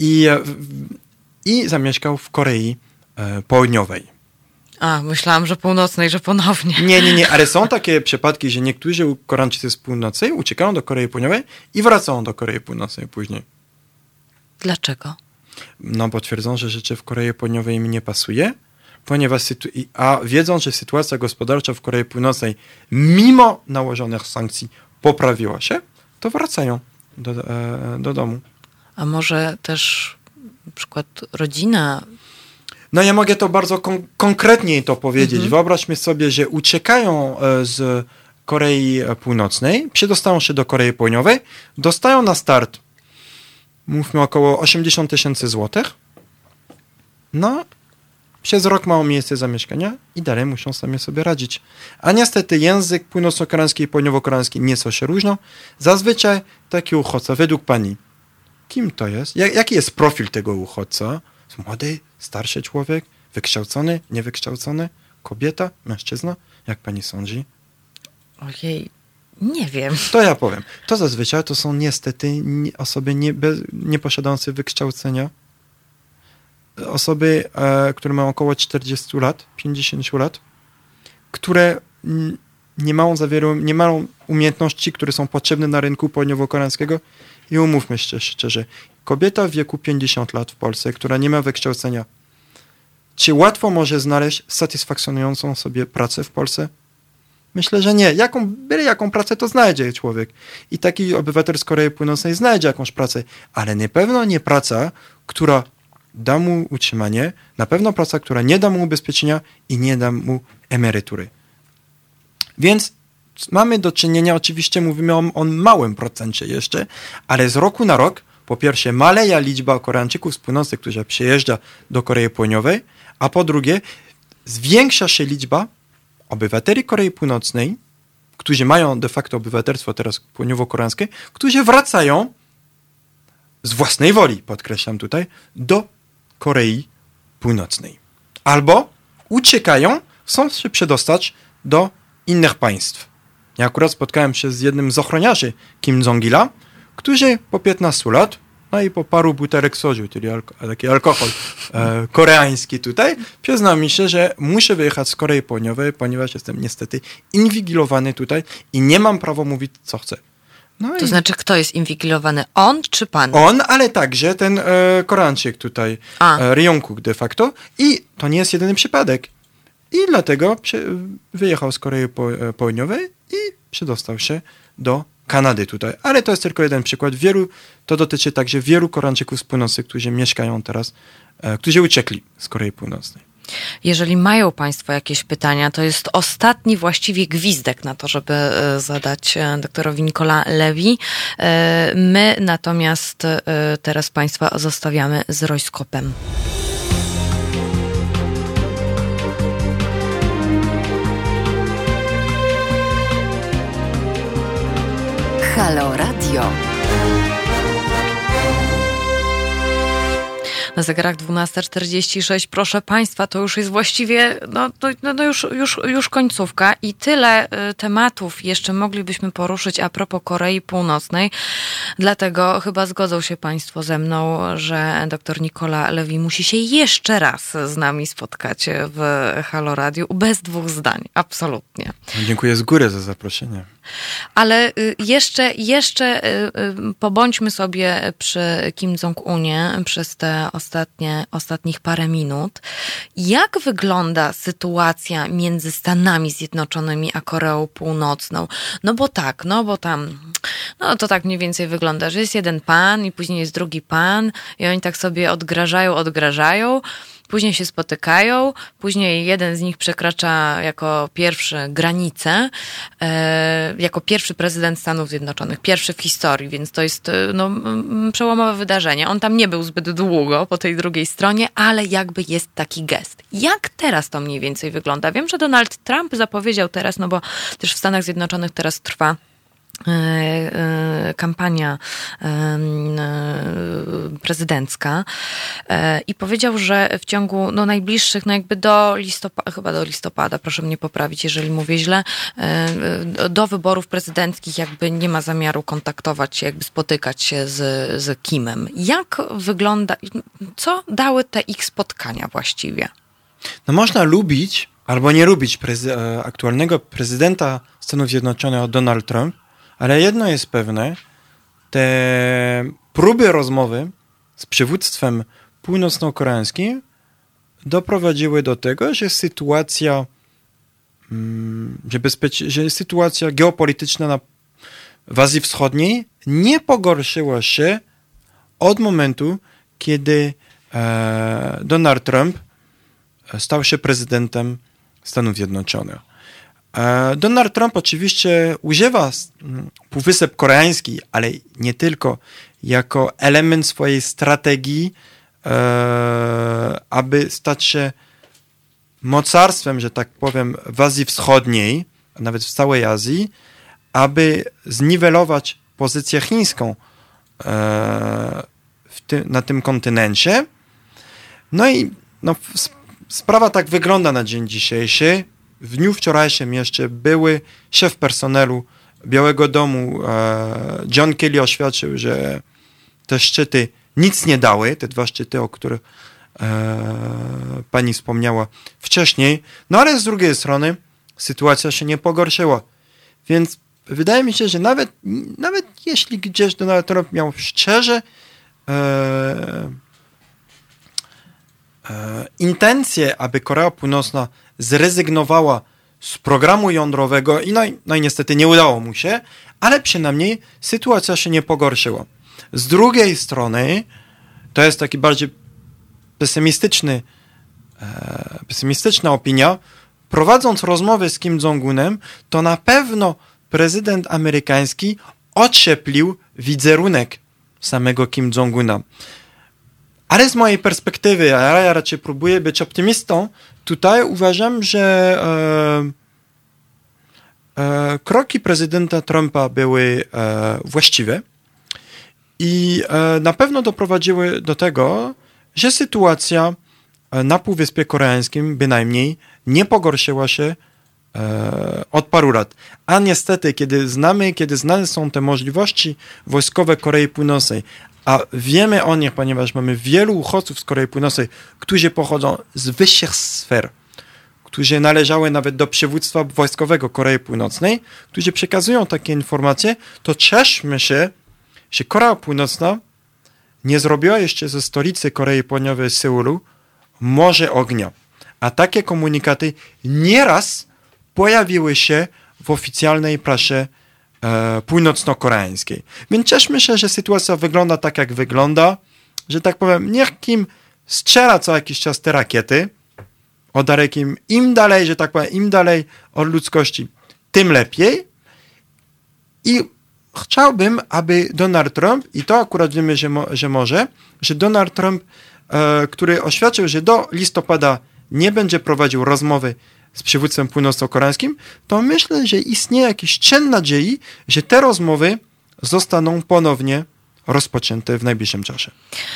I zamieszkał w Korei Południowej. A, myślałam, że północnej, że ponownie. Nie, ale są takie przypadki, że niektórzy Koreańczycy z północy uciekają do Korei Południowej i wracają do Korei Północnej później. Dlaczego? No, bo twierdzą, że życie w Korei Południowej im nie pasuje, ponieważ wiedzą, że sytuacja gospodarcza w Korei Północnej mimo nałożonych sankcji poprawiła się, to wracają do domu. A może też na przykład rodzina... No ja mogę to bardzo konkretniej to powiedzieć. Wyobraźmy sobie, że uciekają z Korei Północnej, przedostają się do Korei Południowej, dostają na start, mówmy, około 80 000 złotych. No, przez rok mają miejsce zamieszkania i dalej muszą sami sobie radzić. A niestety język północno-koreański i południowo-koreański nieco się różnią. Zazwyczaj taki uchodźca, według pani, kim to jest? Jaki jest profil tego uchodźca? Młody, starszy człowiek, wykształcony, niewykształcony, kobieta, mężczyzna? Jak pani sądzi? Ojej, nie wiem. To ja powiem. To zazwyczaj to są niestety osoby nie posiadające wykształcenia. Osoby, które mają około 40 lat, 50 lat, które nie mają umiejętności, które są potrzebne na rynku południowo-koreańskiego. I umówmy się szczerze, kobieta w wieku 50 lat w Polsce, która nie ma wykształcenia, czy łatwo może znaleźć satysfakcjonującą sobie pracę w Polsce? Myślę, że nie. Jaką pracę to znajdzie człowiek. I taki obywatel z Korei Północnej znajdzie jakąś pracę, ale na pewno nie praca, która da mu utrzymanie, na pewno praca, która nie da mu ubezpieczenia i nie da mu emerytury. Więc mamy do czynienia, oczywiście mówimy o małym procencie jeszcze, ale z roku na rok, po pierwsze, maleje liczba Koreańczyków z północy, którzy przyjeżdża do Korei Południowej, a po drugie, zwiększa się liczba obywateli Korei Północnej, którzy mają de facto obywatelstwo teraz południowo-koreańskie, którzy wracają z własnej woli, podkreślam tutaj, do Korei Północnej. Albo uciekają, chcą się przedostać do innych państw. Ja akurat spotkałem się z jednym z ochroniarzy Kim Jong-ila, którzy po 15 lat, no i po paru butelek soju, czyli taki alkohol koreański tutaj, przyznał mi się, że muszę wyjechać z Korei Południowej, ponieważ jestem niestety inwigilowany tutaj i nie mam prawa mówić, co chcę. No to znaczy, kto jest inwigilowany? On czy pan? On, ale także ten Koreańczyk tutaj, Ryongkuk de facto. I to nie jest jedyny przypadek. I dlatego wyjechał z Korei Południowej i przedostał się do Kanady tutaj. Ale to jest tylko jeden przykład. To dotyczy także wielu Koreańczyków z północy, którzy mieszkają teraz, którzy uciekli z Korei Północnej. Jeżeli mają państwo jakieś pytania, to jest ostatni właściwie gwizdek na to, żeby zadać doktorowi Nicolas Levy. My natomiast teraz państwa zostawiamy z Royskopem. Halo Radio. Na zegarach 12:46, proszę Państwa, to już jest właściwie już końcówka i tyle tematów jeszcze moglibyśmy poruszyć a propos Korei Północnej. Dlatego chyba zgodzą się Państwo ze mną, że dr Nicola Levy musi się jeszcze raz z nami spotkać w Halo Radiu. Bez dwóch zdań, absolutnie. Dziękuję z góry za zaproszenie. Ale jeszcze pobądźmy sobie przy Kim Jong-unie przez te ostatnich parę minut. Jak wygląda sytuacja między Stanami Zjednoczonymi a Koreą Północną? No bo tam to tak mniej więcej wygląda, że jest jeden pan i później jest drugi pan i oni tak sobie odgrażają. Później się spotykają, później jeden z nich przekracza jako pierwszy granicę, jako pierwszy prezydent Stanów Zjednoczonych, pierwszy w historii, więc to jest przełomowe wydarzenie. On tam nie był zbyt długo po tej drugiej stronie, ale jakby jest taki gest. Jak teraz to mniej więcej wygląda? Wiem, że Donald Trump zapowiedział teraz, bo też w Stanach Zjednoczonych teraz trwa kampania prezydencka i powiedział, że w ciągu najbliższych, jakby do listopada, proszę mnie poprawić, jeżeli mówię źle, do wyborów prezydenckich jakby nie ma zamiaru kontaktować się, jakby spotykać się z Kimem. Jak wygląda, co dały te ich spotkania właściwie? Można lubić albo nie lubić aktualnego prezydenta Stanów Zjednoczonych Donald Trump, ale jedno jest pewne, te próby rozmowy z przywództwem północno-koreańskim doprowadziły do tego, że sytuacja geopolityczna w Azji Wschodniej nie pogorszyła się od momentu, kiedy Donald Trump stał się prezydentem Stanów Zjednoczonych. Donald Trump oczywiście używa Półwysep Koreański, ale nie tylko, jako element swojej strategii, aby stać się mocarstwem, że tak powiem, w Azji Wschodniej, a nawet w całej Azji, aby zniwelować pozycję chińską na tym kontynencie. Sprawa tak wygląda na dzień dzisiejszy. W dniu wczorajszym jeszcze były szef personelu Białego Domu John Kelly oświadczył, że te szczyty nic nie dały, te dwa szczyty, o których pani wspomniała wcześniej, ale z drugiej strony sytuacja się nie pogorszyła. Więc wydaje mi się, że nawet jeśli gdzieś Donald Trump miał szczerze intencje, aby Korea Północna zrezygnowała z programu jądrowego i niestety nie udało mu się, ale przynajmniej sytuacja się nie pogorszyła. Z drugiej strony to jest taki bardziej pesymistyczna opinia. Prowadząc rozmowy z Kim Jong-unem, to na pewno prezydent amerykański otrzeplił wizerunek samego Kim Jong-una. Ale z mojej perspektywy, ja raczej próbuję być optymistą, tutaj uważam, że kroki prezydenta Trumpa były właściwe i na pewno doprowadziły do tego, że sytuacja na Półwyspie Koreańskim bynajmniej nie pogorszyła się od paru lat. A niestety, kiedy znane są te możliwości wojskowe Korei Północnej, a wiemy o nich, ponieważ mamy wielu uchodźców z Korei Północnej, którzy pochodzą z wyższych sfer, którzy należały nawet do przywództwa wojskowego Korei Północnej, którzy przekazują takie informacje, to cieszmy się, że Korea Północna nie zrobiła jeszcze ze stolicy Korei Południowej Seulu Morze Ognia. A takie komunikaty nieraz pojawiły się w oficjalnej prasie północno-koreańskiej. Więc cieszmy się, że sytuacja wygląda tak, jak wygląda, że tak powiem, niech Kim strzela co jakiś czas te rakiety, o dalekim, im dalej, że tak powiem, im dalej od ludzkości, tym lepiej. I chciałbym, aby Donald Trump, i to akurat wiemy, że Donald Trump, który oświadczył, że do listopada nie będzie prowadził rozmowy z przywództwem północno-koreańskim, to myślę, że istnieje jakiś cień nadziei, że te rozmowy zostaną ponownie rozpoczęte w najbliższym czasie.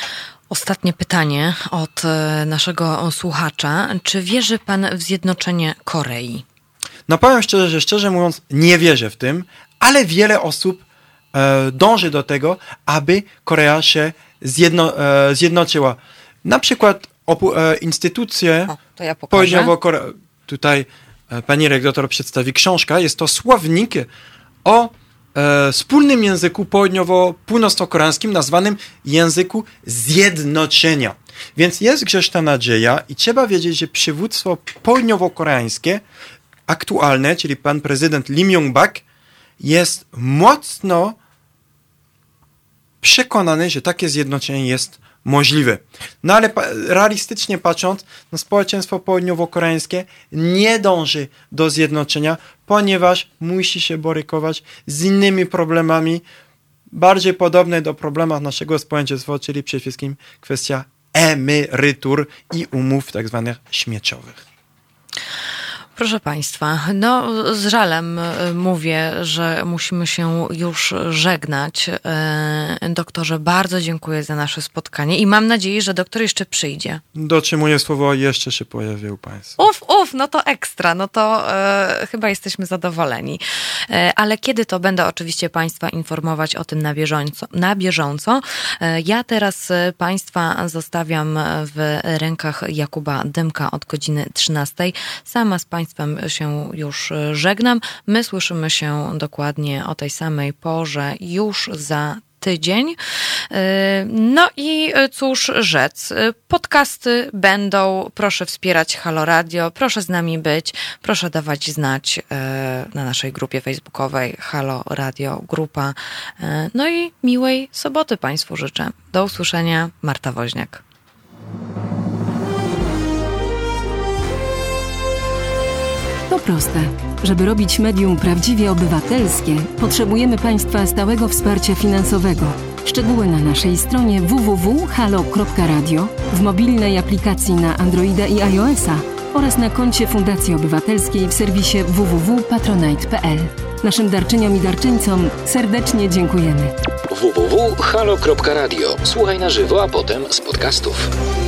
Ostatnie pytanie od naszego słuchacza. Czy wierzy pan w zjednoczenie Korei? No powiem szczerze, że szczerze mówiąc nie wierzę w tym, ale wiele osób dąży do tego, aby Korea się zjednoczyła. Na przykład instytucje południowo-koreańskie. Tutaj pani redaktor przedstawi książkę. Jest to słownik o wspólnym języku południowo-północno-koreańskim nazwanym języku zjednoczenia. Więc jest grzeszna nadzieja i trzeba wiedzieć, że przywództwo południowo-koreańskie aktualne, czyli pan prezydent Lee Myung-bak, jest mocno przekonany, że takie zjednoczenie jest możliwe. No ale realistycznie patrząc, no społeczeństwo południowo-koreańskie nie dąży do zjednoczenia, ponieważ musi się borykować z innymi problemami, bardziej podobne do problemów naszego społeczeństwa, czyli przede wszystkim kwestia emerytur i umów tak zwanych śmieciowych. Proszę Państwa, no z żalem mówię, że musimy się już żegnać. Doktorze, bardzo dziękuję za nasze spotkanie i mam nadzieję, że doktor jeszcze przyjdzie. Dotrzymuję słowa, jeszcze się pojawił Państwo. No to ekstra, no to chyba jesteśmy zadowoleni. Ale kiedy to będę oczywiście Państwa informować o tym na bieżąco. Ja teraz Państwa zostawiam w rękach Jakuba Dymka od godziny 13. Sama z Państwem się już żegnam. My słyszymy się dokładnie o tej samej porze już za tydzień. No i cóż rzec, podcasty będą, proszę wspierać Halo Radio, proszę z nami być, proszę dawać znać na naszej grupie facebookowej Halo Radio Grupa. No i miłej soboty Państwu życzę. Do usłyszenia, Marta Woźniak. To proste. Żeby robić medium prawdziwie obywatelskie, potrzebujemy Państwa stałego wsparcia finansowego. Szczegóły na naszej stronie www.halo.radio, w mobilnej aplikacji na Androida i iOS-a oraz na koncie Fundacji Obywatelskiej w serwisie www.patronite.pl. Naszym darczyniom i darczyńcom serdecznie dziękujemy. www.halo.radio. Słuchaj na żywo, a potem z podcastów.